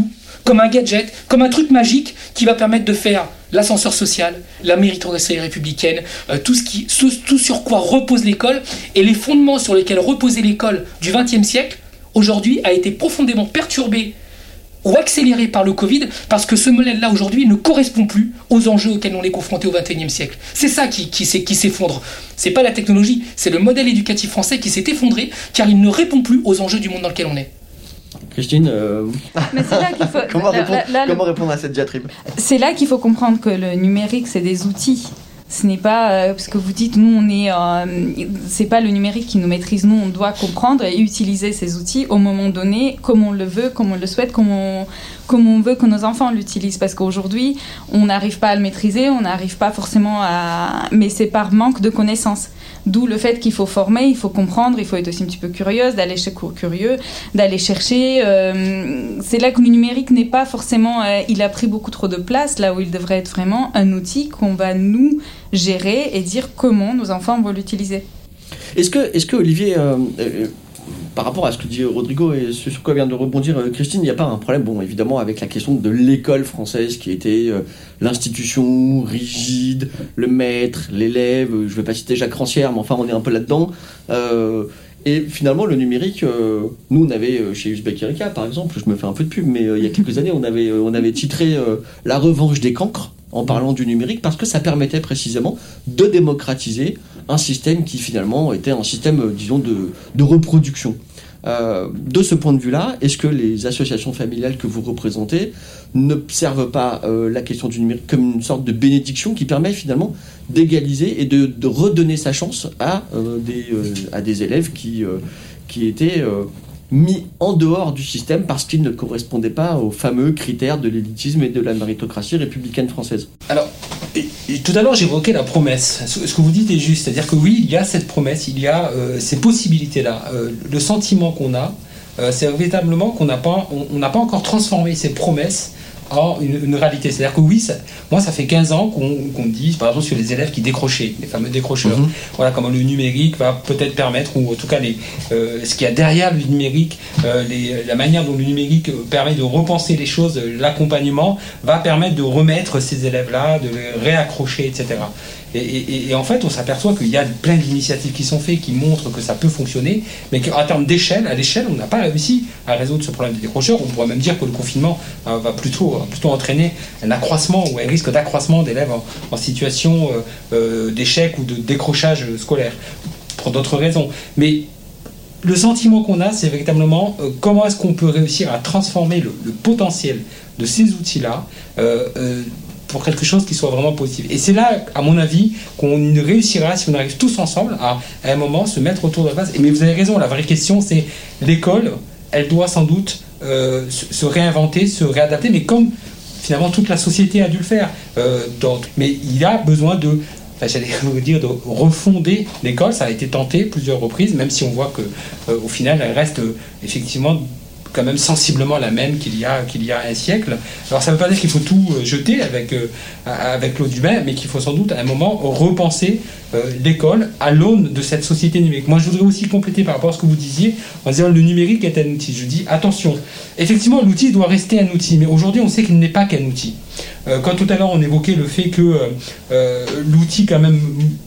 comme un gadget, comme un truc magique qui va permettre de faire l'ascenseur social, la méritocratie républicaine, euh, tout, ce qui, tout, tout sur quoi repose l'école, et les fondements sur lesquels reposait l'école du vingtième siècle, aujourd'hui, a été profondément perturbé ou accéléré par le Covid, parce que ce modèle-là, aujourd'hui, ne correspond plus aux enjeux auxquels on est confronté au vingt et unième siècle. C'est ça qui, qui, qui s'effondre. C'est pas la technologie, c'est le modèle éducatif français qui s'est effondré, car il ne répond plus aux enjeux du monde dans lequel on est. Christine, euh... Mais c'est là qu'il faut... comment, là, répondre, là, là, comment le... répondre à cette diatribe? C'est là qu'il faut comprendre que le numérique, c'est des outils. Ce n'est pas euh, parce que vous dites nous on est euh, c'est pas le numérique qui nous maîtrise, nous on doit comprendre et utiliser ces outils au moment donné comme on le veut, comme on le souhaite, comme on, comme on veut que nos enfants l'utilisent, parce qu'aujourd'hui on n'arrive pas à le maîtriser, on n'arrive pas forcément à, mais c'est par manque de connaissances. D'où le fait qu'il faut former, il faut comprendre, il faut être aussi un petit peu curieuse, d'aller chez curieux, d'aller chercher. Euh, c'est là que le numérique n'est pas forcément... Euh, il a pris beaucoup trop de place, là où il devrait être vraiment un outil qu'on va nous gérer et dire comment nos enfants vont l'utiliser. Est-ce que, est-ce que Olivier, euh, euh, par rapport à ce que dit Rodrigo et ce sur quoi vient de rebondir euh, Christine, il n'y a pas un problème, bon, évidemment, avec la question de l'école française qui était euh, l'institution rigide, le maître, l'élève, je ne vais pas citer Jacques Rancière, mais enfin, on est un peu là-dedans. Euh, et finalement, le numérique, euh, nous, on avait, euh, chez Uzbek Erika, par exemple, je me fais un peu de pub, mais euh, il y a quelques années, on avait, euh, on avait titré euh, « La revanche des cancres », en parlant du numérique, parce que ça permettait précisément de démocratiser un système qui finalement était un système, disons, de, de reproduction. Euh, de ce point de vue-là, est-ce que les associations familiales que vous représentez n'observent pas euh, la question du numérique comme une sorte de bénédiction qui permet finalement d'égaliser et de, de redonner sa chance à, euh, des, euh, à des élèves qui, euh, qui étaient... Euh, mis en dehors du système parce qu'il ne correspondait pas aux fameux critères de l'élitisme et de la méritocratie républicaine française. Alors, et, et tout à l'heure j'évoquais la promesse. Ce, ce que vous dites est juste, c'est-à-dire que oui, il y a cette promesse, il y a euh, ces possibilités-là. Euh, le sentiment qu'on a, euh, c'est véritablement qu'on n'a pas, on n'a pas encore transformé ces promesses en une, une réalité. C'est-à-dire que oui, ça, moi ça fait quinze ans qu'on, qu'on dit, par exemple sur les élèves qui décrochaient, les fameux décrocheurs, mmh. voilà comment le numérique va peut-être permettre, ou en tout cas les, euh, ce qu'il y a derrière le numérique, euh, les, la manière dont le numérique permet de repenser les choses, l'accompagnement va permettre de remettre ces élèves-là, de les réaccrocher, et cetera. Et, et, et en fait, on s'aperçoit qu'il y a plein d'initiatives qui sont faites, qui montrent que ça peut fonctionner, mais qu'en termes d'échelle, à l'échelle, on n'a pas réussi à résoudre ce problème des décrocheurs. On pourrait même dire que le confinement euh, va plutôt, euh, plutôt entraîner un accroissement ou un risque d'accroissement d'élèves en, en situation euh, euh, d'échec ou de décrochage scolaire, pour d'autres raisons. Mais le sentiment qu'on a, c'est véritablement euh, comment est-ce qu'on peut réussir à transformer le, le potentiel de ces outils-là euh, euh, pour quelque chose qui soit vraiment positif. Et c'est là, à mon avis, qu'on réussira, si on arrive tous ensemble, à, à un moment se mettre autour de la base. Mais vous avez raison, la vraie question, c'est l'école, elle doit sans doute euh, se, se réinventer, se réadapter, mais comme finalement toute la société a dû le faire. Euh, dans, mais il y a besoin de... Enfin, j'allais vous dire de refonder l'école. Ça a été tenté plusieurs reprises, même si on voit que, euh, au final, elle reste euh, effectivement quand même sensiblement la même qu'il y a, qu'il y a un siècle. Alors ça ne veut pas dire qu'il faut tout jeter avec, euh, avec l'eau du bain, mais qu'il faut sans doute à un moment repenser euh, l'école à l'aune de cette société numérique. Moi je voudrais aussi compléter par rapport à ce que vous disiez, en disant le numérique est un outil. Je dis attention, effectivement l'outil doit rester un outil, mais aujourd'hui on sait qu'il n'est pas qu'un outil. Euh, quand tout à l'heure on évoquait le fait que euh, l'outil quand même...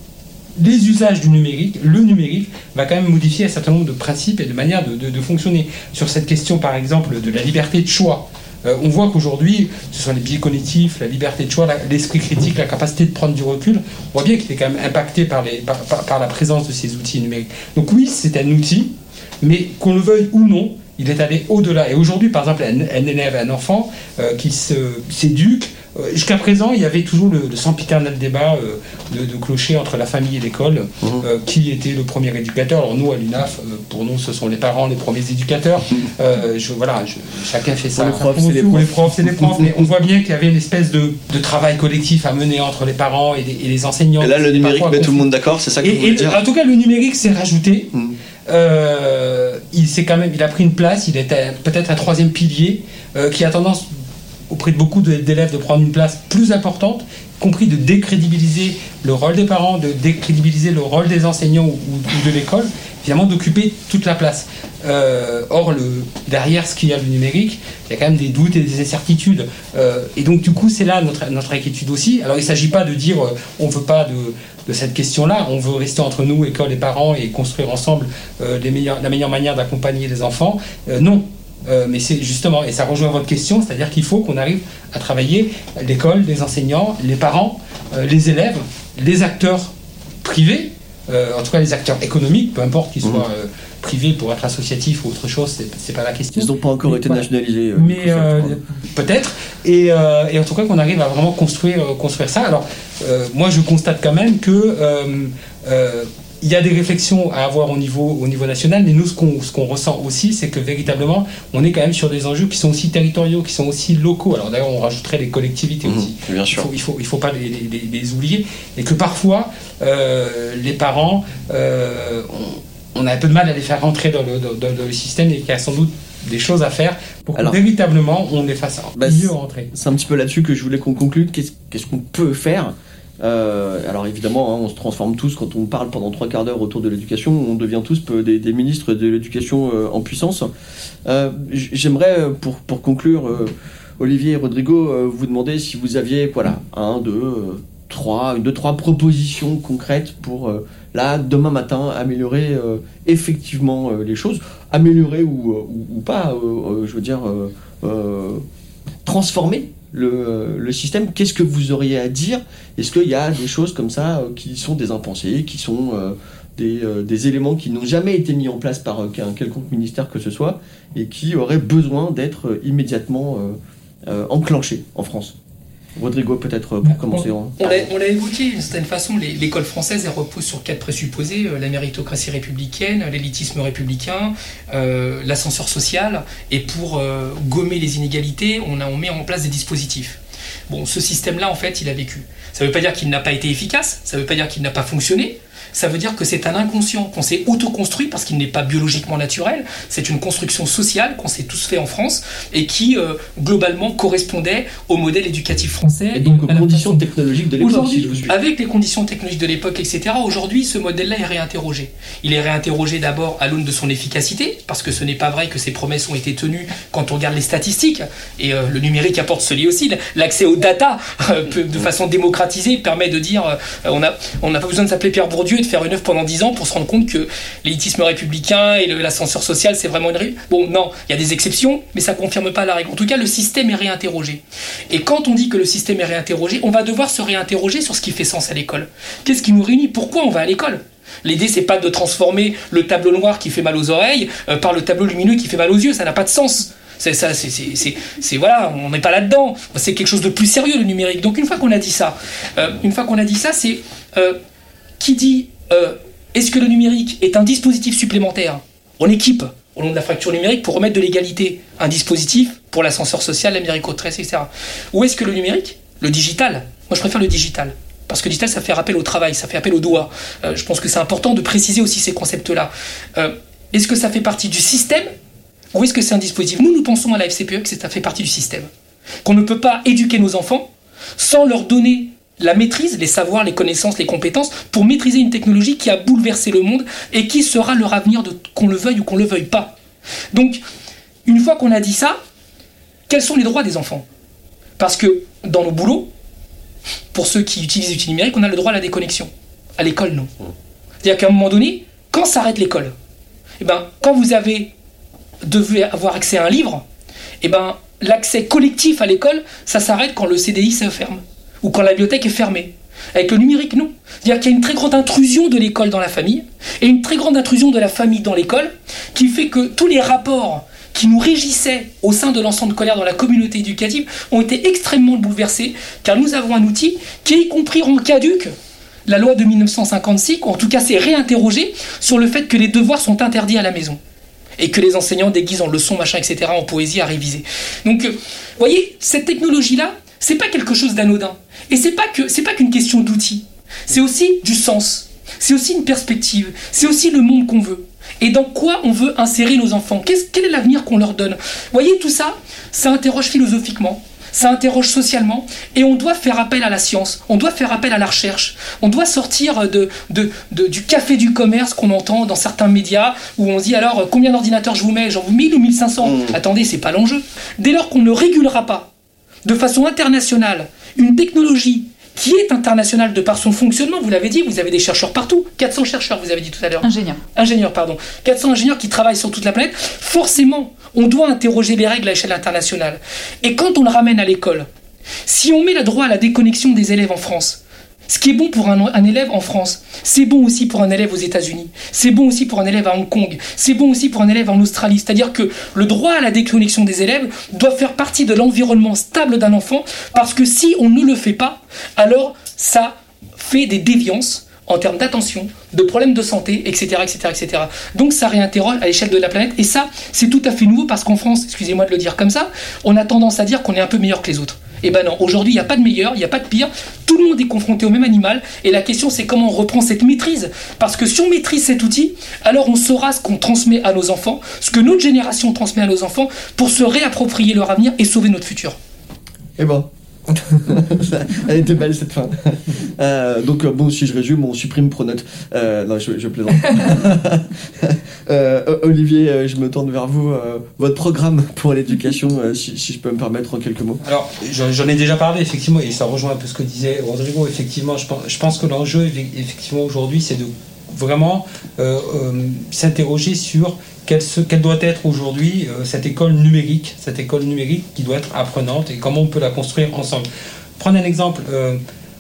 les usages du numérique, le numérique va quand même modifier un certain nombre de principes et de manières de, de, de fonctionner. Sur cette question, par exemple, de la liberté de choix, euh, on voit qu'aujourd'hui, ce sont les biais cognitifs, la liberté de choix, la, l'esprit critique, la capacité de prendre du recul, on voit bien qu'il est quand même impacté par, les, par, par, par la présence de ces outils numériques. Donc oui, c'est un outil, mais qu'on le veuille ou non, il est allé au-delà. Et aujourd'hui, par exemple, un, un élève, un enfant euh, qui se, s'éduque, euh, jusqu'à présent, il y avait toujours le, le sempiternel débat euh, de, de clocher entre la famille et l'école, mmh. euh, qui était le premier éducateur. Alors nous, à l'U N A F, euh, pour nous, ce sont les parents les premiers éducateurs. Euh, je, voilà, je, chacun fait ça. Pour les profs, c'est les profs. les profs, c'est les profs. Mais on voit bien qu'il y avait une espèce de, de travail collectif à mener entre les parents et les, et les enseignants. Et là, le numérique met tout le monde d'accord, c'est ça que et, vous voulez et, dire. En tout cas, le numérique s'est rajouté. Mmh. Euh, il s'est quand même, il a pris une place, il était peut-être un troisième pilier euh, qui a tendance auprès de beaucoup d'élèves de prendre une place plus importante, y compris de décrédibiliser le rôle des parents, de décrédibiliser le rôle des enseignants ou, ou de l'école. finalement d'occuper toute la place. Euh, or, le, derrière ce qu'il y a le numérique, il y a quand même des doutes et des incertitudes. Euh, et donc, du coup, c'est là notre, notre inquiétude aussi. Alors, il ne s'agit pas de dire euh, on ne veut pas de, de cette question-là, on veut rester entre nous, école et parents, et construire ensemble euh, les meilleurs, la meilleure manière d'accompagner les enfants. Euh, non. Euh, mais c'est justement, et ça rejoint votre question, c'est-à-dire qu'il faut qu'on arrive à travailler l'école, les enseignants, les parents, euh, les élèves, les acteurs privés, euh, en tout cas les acteurs économiques, peu importe qu'ils soient euh, privés pour être associatifs ou autre chose, c'est, c'est pas la question. Ils n'ont pas encore mais, été voilà. nationalisés. Euh, mais euh, peut-être, et, euh, et en tout cas qu'on arrive à vraiment construire, euh, construire ça. Alors, euh, moi je constate quand même que euh, euh, il y a des réflexions à avoir au niveau, au niveau national, mais nous, ce qu'on, ce qu'on ressent aussi, c'est que véritablement, on est quand même sur des enjeux qui sont aussi territoriaux, qui sont aussi locaux. Alors d'ailleurs, on rajouterait les collectivités mmh, aussi. Bien sûr. Il ne faut, il faut, il faut pas les, les, les oublier. Et que parfois, euh, les parents, euh, on, on a un peu de mal à les faire rentrer dans le, dans, dans le système et qu'il y a sans doute des choses à faire pour que Alors, véritablement, on les fasse bah, mieux rentrer. C'est un petit peu là-dessus que je voulais qu'on conclue. Qu'est-ce, qu'est-ce qu'on peut faire ? Euh, alors évidemment, hein, on se transforme tous quand on parle pendant trois quarts d'heure autour de l'éducation, on devient tous des, des ministres de l'éducation euh, en puissance. Euh, j'aimerais, pour, pour conclure, euh, Olivier et Rodrigo, euh, vous demander si vous aviez voilà, un, deux, euh, trois, une, deux, trois propositions concrètes pour, euh, là, demain matin, améliorer euh, effectivement euh, les choses, améliorer ou, ou, ou pas, euh, euh, je veux dire, euh, euh, transformer Le, le système. Qu'est-ce que vous auriez à dire ? Est-ce qu'il y a des choses comme ça euh, qui sont des impensés, qui sont euh, des, euh, des éléments qui n'ont jamais été mis en place par euh, un quelconque ministère que ce soit et qui auraient besoin d'être euh, immédiatement euh, euh, enclenchés en France ? Rodrigo, peut-être pour commencer. On, on, l'a, on l'a évoqué, d'une certaine façon, les, l'école française, elle repose sur quatre présupposés, euh, la méritocratie républicaine, l'élitisme républicain, euh, l'ascenseur social, et pour euh, gommer les inégalités, on, a, on met en place des dispositifs. Bon, ce système-là, en fait, il a vécu. Ça ne veut pas dire qu'il n'a pas été efficace, ça ne veut pas dire qu'il n'a pas fonctionné, ça veut dire que c'est un inconscient qu'on s'est autoconstruit parce qu'il n'est pas biologiquement naturel, c'est une construction sociale qu'on s'est tous fait en France et qui, euh, globalement, correspondait au modèle éducatif français. Et donc aux conditions technologiques de l'époque, aujourd'hui, si je vous suis. Avec les conditions technologiques de l'époque, et cetera, aujourd'hui, ce modèle-là est réinterrogé. Il est réinterrogé d'abord à l'aune de son efficacité, parce que ce n'est pas vrai que ses promesses ont été tenues quand on regarde les statistiques, et euh, le numérique apporte ce lien aussi, l'accès aux data, euh, de façon démocratisée, permet de dire, euh, on n'a on n'a pas besoin de s'appeler Pierre Bourdieu et de faire une œuvre pendant dix ans pour se rendre compte que l'élitisme républicain et le, l'ascenseur social, c'est vraiment une règle. Bon, non, il y a des exceptions, mais ça ne confirme pas la règle. En tout cas, le système est réinterrogé. Et quand on dit que le système est réinterrogé, on va devoir se réinterroger sur ce qui fait sens à l'école. Qu'est-ce qui nous réunit ? Pourquoi on va à l'école ? L'idée, c'est pas de transformer le tableau noir qui fait mal aux oreilles euh, par le tableau lumineux qui fait mal aux yeux. Ça n'a pas de sens. C'est ça, c'est, c'est, c'est, c'est voilà, on n'est pas là-dedans. C'est quelque chose de plus sérieux, le numérique. Donc une fois qu'on a dit ça, euh, une fois qu'on a dit ça, c'est euh, qui dit euh, est-ce que le numérique est un dispositif supplémentaire ? On équipe au long de la fracture numérique pour remettre de l'égalité un dispositif pour l'ascenseur social, la méritocratie, et cetera. Ou est-ce que le numérique, le digital, moi je préfère le digital. Parce que le digital, ça fait appel au travail, ça fait appel au doigt. Euh, je pense que c'est important de préciser aussi ces concepts-là. Euh, est-ce que ça fait partie du système ? Ou est-ce que c'est un dispositif ? Nous, nous pensons à la F C P E que ça fait partie du système. Qu'on ne peut pas éduquer nos enfants sans leur donner la maîtrise, les savoirs, les connaissances, les compétences pour maîtriser une technologie qui a bouleversé le monde et qui sera leur avenir, de, qu'on le veuille ou qu'on ne le veuille pas. Donc, une fois qu'on a dit ça, quels sont les droits des enfants ? Parce que dans nos boulots, pour ceux qui utilisent l'outil numérique, on a le droit à la déconnexion. À l'école, non. C'est-à-dire qu'à un moment donné, quand s'arrête l'école ? Eh ben, quand vous avez devez avoir accès à un livre, eh ben, l'accès collectif à l'école, ça s'arrête quand le C D I se ferme, ou quand la bibliothèque est fermée. Avec le numérique, non. C'est-à-dire qu'il y a une très grande intrusion de l'école dans la famille, et une très grande intrusion de la famille dans l'école, qui fait que tous les rapports qui nous régissaient au sein de l'ensemble scolaire dans la communauté éducative ont été extrêmement bouleversés, car nous avons un outil qui, y compris rend caduque la loi de mille neuf cent cinquante-six, ou en tout cas s'est réinterrogé sur le fait que les devoirs sont interdits à la maison. Et que les enseignants déguisent en leçons, machin, et cetera, en poésie à réviser. Donc, vous euh, voyez, cette technologie-là, c'est pas quelque chose d'anodin. Et c'est pas que, c'est pas qu'une question d'outils. C'est aussi du sens. C'est aussi une perspective. C'est aussi le monde qu'on veut. Et dans quoi on veut insérer nos enfants ? Qu'est-ce, quel est l'avenir qu'on leur donne ? Vous voyez, tout ça, ça interroge philosophiquement. ça interroge socialement, et on doit faire appel à la science, on doit faire appel à la recherche, on doit sortir de, de, de, du café du commerce qu'on entend dans certains médias, où on se dit alors combien d'ordinateurs je vous mets, j'en vous mille ou mille cinq cents, mmh. Attendez, c'est pas l'enjeu. Dès lors qu'on ne régulera pas de façon internationale une technologie qui est internationale de par son fonctionnement, vous l'avez dit, vous avez des chercheurs partout, quatre cents chercheurs, vous avez dit tout à l'heure. Ingénieurs. Ingénieurs, pardon. quatre cents ingénieurs qui travaillent sur toute la planète. Forcément, on doit interroger les règles à l'échelle internationale. Et quand on le ramène à l'école, si on met le droit à la déconnexion des élèves en France, ce qui est bon pour un, un élève en France, c'est bon aussi pour un élève aux États-Unis, c'est bon aussi pour un élève à Hong Kong, c'est bon aussi pour un élève en Australie. C'est-à-dire que le droit à la déconnexion des élèves doit faire partie de l'environnement stable d'un enfant, parce que si on ne le fait pas, alors ça fait des déviances en termes d'attention, de problèmes de santé, et cetera, et cetera, et cetera. Donc ça réinterroge à l'échelle de la planète, et ça, c'est tout à fait nouveau, parce qu'en France, excusez-moi de le dire comme ça, on a tendance à dire qu'on est un peu meilleur que les autres. Eh ben non, aujourd'hui il n'y a pas de meilleur, il n'y a pas de pire, tout le monde est confronté au même animal, et la question c'est comment on reprend cette maîtrise, parce que si on maîtrise cet outil, alors on saura ce qu'on transmet à nos enfants, ce que notre génération transmet à nos enfants, pour se réapproprier leur avenir et sauver notre futur. Eh ben, elle était belle cette fin. Euh, donc euh, bon, si je résume, on supprime Pronote. Euh, non, je, je plaisante. euh, Olivier, euh, je me tourne vers vous. Euh, votre programme pour l'éducation, euh, si, si je peux me permettre en quelques mots. Alors, j'en ai déjà parlé effectivement, et ça rejoint un peu ce que disait Rodrigo. Effectivement, je pense, je pense que l'enjeu, effectivement, aujourd'hui, c'est de vraiment euh, euh, s'interroger sur Quelle, quelle doit être aujourd'hui euh, cette école numérique, cette école numérique qui doit être apprenante, et comment on peut la construire ensemble. Prendre un exemple, euh,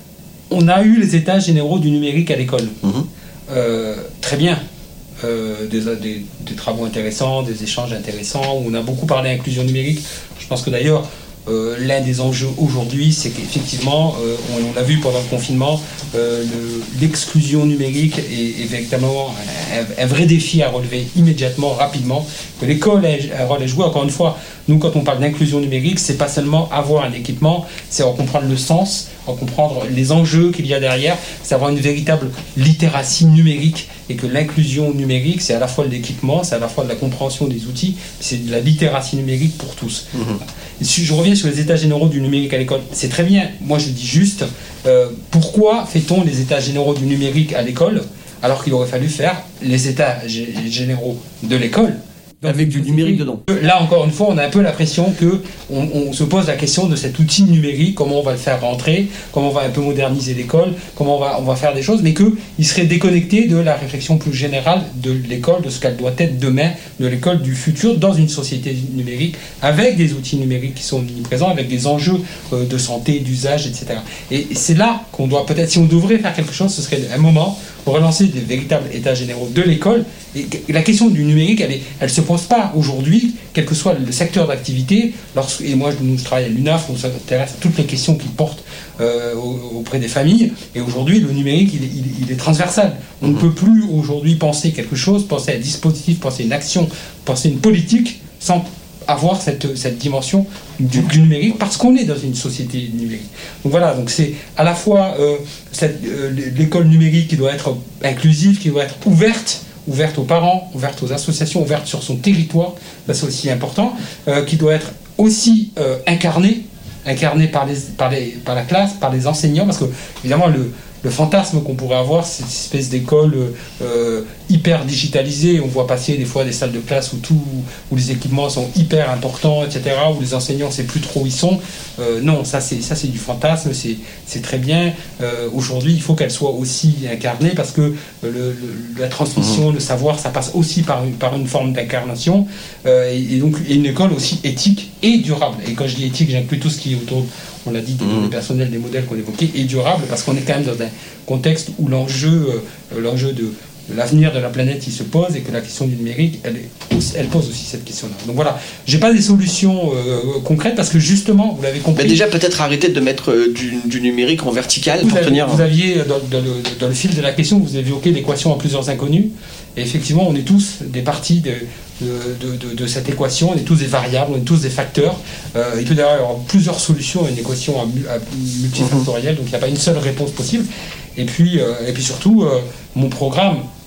on a eu les états généraux du numérique à l'école. Mmh. Euh, très bien, euh, des, des, des travaux intéressants, des échanges intéressants, où on a beaucoup parlé d'inclusion numérique. Je pense que d'ailleurs, Euh, l'un des enjeux aujourd'hui, c'est qu'effectivement, euh, on, on l'a vu pendant le confinement, euh, le, l'exclusion numérique est, est véritablement un, un vrai défi à relever immédiatement, rapidement, que l'école a un rôle à jouer. Encore une fois, nous, quand on parle d'inclusion numérique, c'est pas seulement avoir un équipement, c'est en comprendre le sens, en comprendre les enjeux qu'il y a derrière, c'est avoir une véritable littératie numérique, et que l'inclusion numérique, c'est à la fois de l'équipement, c'est à la fois de la compréhension des outils, c'est de la littératie numérique pour tous. Mmh. Si je reviens sur les états généraux du numérique à l'école, c'est très bien. Moi, je dis juste, euh, pourquoi fait-on les états généraux du numérique à l'école, alors qu'il aurait fallu faire les états g- généraux de l'école Donc, avec du numérique dedans. Là, encore une fois, on a un peu l'impression que on, on se pose la question de cet outil numérique, comment on va le faire rentrer, comment on va un peu moderniser l'école, comment on va, on va faire des choses, mais qu'il serait déconnecté de la réflexion plus générale de l'école, de ce qu'elle doit être demain, de l'école du futur, dans une société numérique, avec des outils numériques qui sont omniprésents, avec des enjeux euh, de santé, d'usage, et cetera. Et c'est là qu'on doit peut-être, si on devrait faire quelque chose, ce serait un moment pour relancer des véritables états généraux de l'école. Et la question du numérique, elle, est, elle se pose pas aujourd'hui, quel que soit le secteur d'activité. Lorsque, et moi, je, je travaille à l'U N A F, on s'intéresse à toutes les questions qui portent euh, auprès des familles. Et aujourd'hui, le numérique, il, il, il est transversal. On ne peut plus aujourd'hui penser quelque chose, penser à un dispositif, penser une action, penser une politique, sans avoir cette, cette dimension du, du numérique, parce qu'on est dans une société numérique. Donc voilà, donc c'est à la fois euh, cette, euh, l'école numérique qui doit être inclusive, qui doit être ouverte, ouverte aux parents, ouverte aux associations, ouverte sur son territoire, ça c'est aussi important, euh, qui doit être aussi euh, incarnée, incarnée par, les, par, les, par la classe, par les enseignants, parce que évidemment le, le fantasme qu'on pourrait avoir, c'est cette espèce d'école euh, hyper digitalisée. On voit passer des fois des salles de classe où, tout, où les équipements sont hyper importants, et cetera, où les enseignants, on ne sait plus trop où ils sont. Euh, non, ça c'est, ça c'est du fantasme, c'est, c'est très bien. Euh, aujourd'hui, il faut qu'elle soit aussi incarnée, parce que le, le, la transmission, mmh. le savoir, ça passe aussi par une, par une forme d'incarnation. Euh, et, et donc, et une école aussi éthique et durable. Et quand je dis éthique, j'inclus tout ce qui est autour, on l'a dit, des données personnelles, des modèles qu'on évoquait, et durable, parce qu'on est quand même dans un contexte où l'enjeu, euh, l'enjeu de l'avenir de la planète il se pose, et que la question du numérique elle, est aussi, elle pose aussi cette question-là. Donc voilà, j'ai pas des solutions euh, concrètes, parce que justement, vous l'avez compris. Bah déjà peut-être arrêter de mettre euh, du, du numérique en vertical vous pour avez, tenir. Vous aviez dans, dans, le, dans le fil de la question, vous avez évoqué l'équation à plusieurs inconnus, et effectivement, on est tous des parties de De, de, de cette équation, on est tous des variables, on est tous des facteurs. Euh, il peut y avoir plusieurs solutions à une équation à, à multifactorielle, donc il n'y a pas une seule réponse possible. Et puis, euh, et puis surtout, euh, mon programme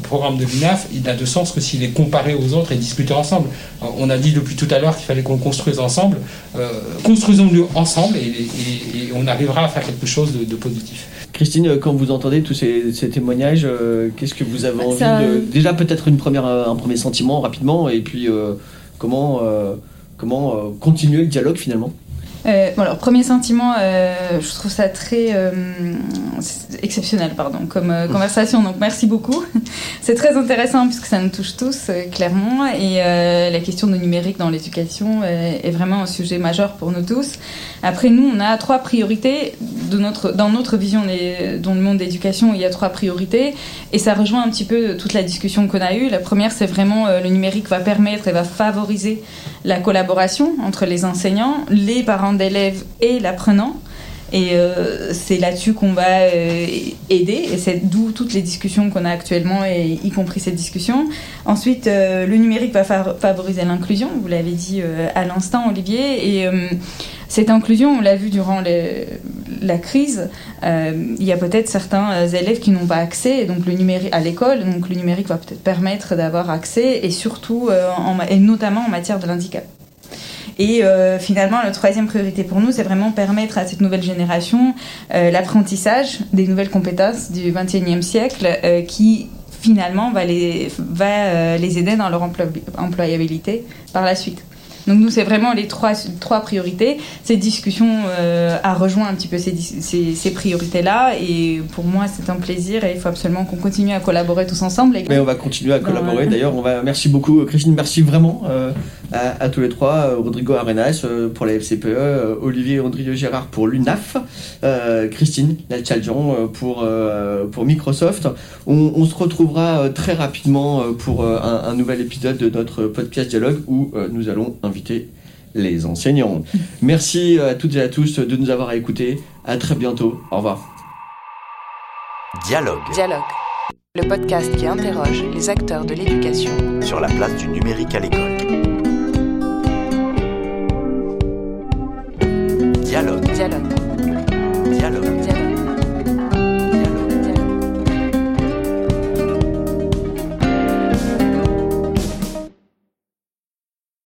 programme de l'U N A F, il n'a de sens que s'il est comparé aux autres et discuté ensemble. On a dit depuis tout à l'heure qu'il fallait qu'on le construise ensemble. Euh, construisons-le ensemble et, et, et on arrivera à faire quelque chose de, de positif. Christine, quand vous entendez tous ces, ces témoignages, euh, qu'est-ce que vous avez envie Ça, de... euh... Déjà peut-être une première, un premier sentiment rapidement, et puis euh, comment, euh, comment euh, continuer le dialogue finalement ? Euh, bon alors, premier sentiment, euh, je trouve ça très euh, exceptionnel, pardon, comme euh, conversation, donc merci beaucoup. C'est très intéressant puisque ça nous touche tous, euh, clairement, et euh, la question du numérique dans l'éducation euh, est vraiment un sujet majeur pour nous tous. Après, nous, on a trois priorités. De notre, dans notre vision des, dans le monde de l'éducation, il y a trois priorités, et ça rejoint un petit peu toute la discussion qu'on a eue. La première, c'est vraiment euh, le numérique va permettre et va favoriser la collaboration entre les enseignants, les parents d'élèves et l'apprenant. Et euh, c'est là-dessus qu'on va euh, aider, et c'est d'où toutes les discussions qu'on a actuellement, et y compris cette discussion. Ensuite, euh, le numérique va fa- favoriser l'inclusion, vous l'avez dit euh, à l'instant, Olivier, et euh, cette inclusion, on l'a vu durant les, la crise, euh, il y a peut-être certains élèves qui n'ont pas accès donc le numérique, à l'école, donc le numérique va peut-être permettre d'avoir accès, et surtout, euh, en, et notamment en matière de handicap. Et euh, finalement, la troisième priorité pour nous, c'est vraiment permettre à cette nouvelle génération euh, l'apprentissage des nouvelles compétences du vingt et unième siècle euh, qui, finalement, va, les, va euh, les aider dans leur emplo- employabilité par la suite. Donc nous, c'est vraiment les trois, trois priorités. Cette discussion euh, a rejoint un petit peu ces, ces, ces priorités-là, et pour moi, c'est un plaisir, et il faut absolument qu'on continue à collaborer tous ensemble. Et... Mais on va continuer à collaborer. Ouais. D'ailleurs, on va. Merci beaucoup, Christine. Merci vraiment euh, à, à tous les trois. Euh, Rodrigo Arenas euh, pour la F C P E, euh, Olivier Rodrigo Gérard pour l'U N A F, euh, Christine Lalchaljian euh, pour euh, pour Microsoft. On, on se retrouvera euh, très rapidement euh, pour euh, un, un nouvel épisode de notre podcast Dialogue où euh, nous allons inviter les enseignants. Merci à toutes et à tous de nous avoir écoutés. À très bientôt. Au revoir. Dialogue. Dialogue, le podcast qui interroge les acteurs de l'éducation Sur la place du numérique à l'école. Dialogue. Dialogue.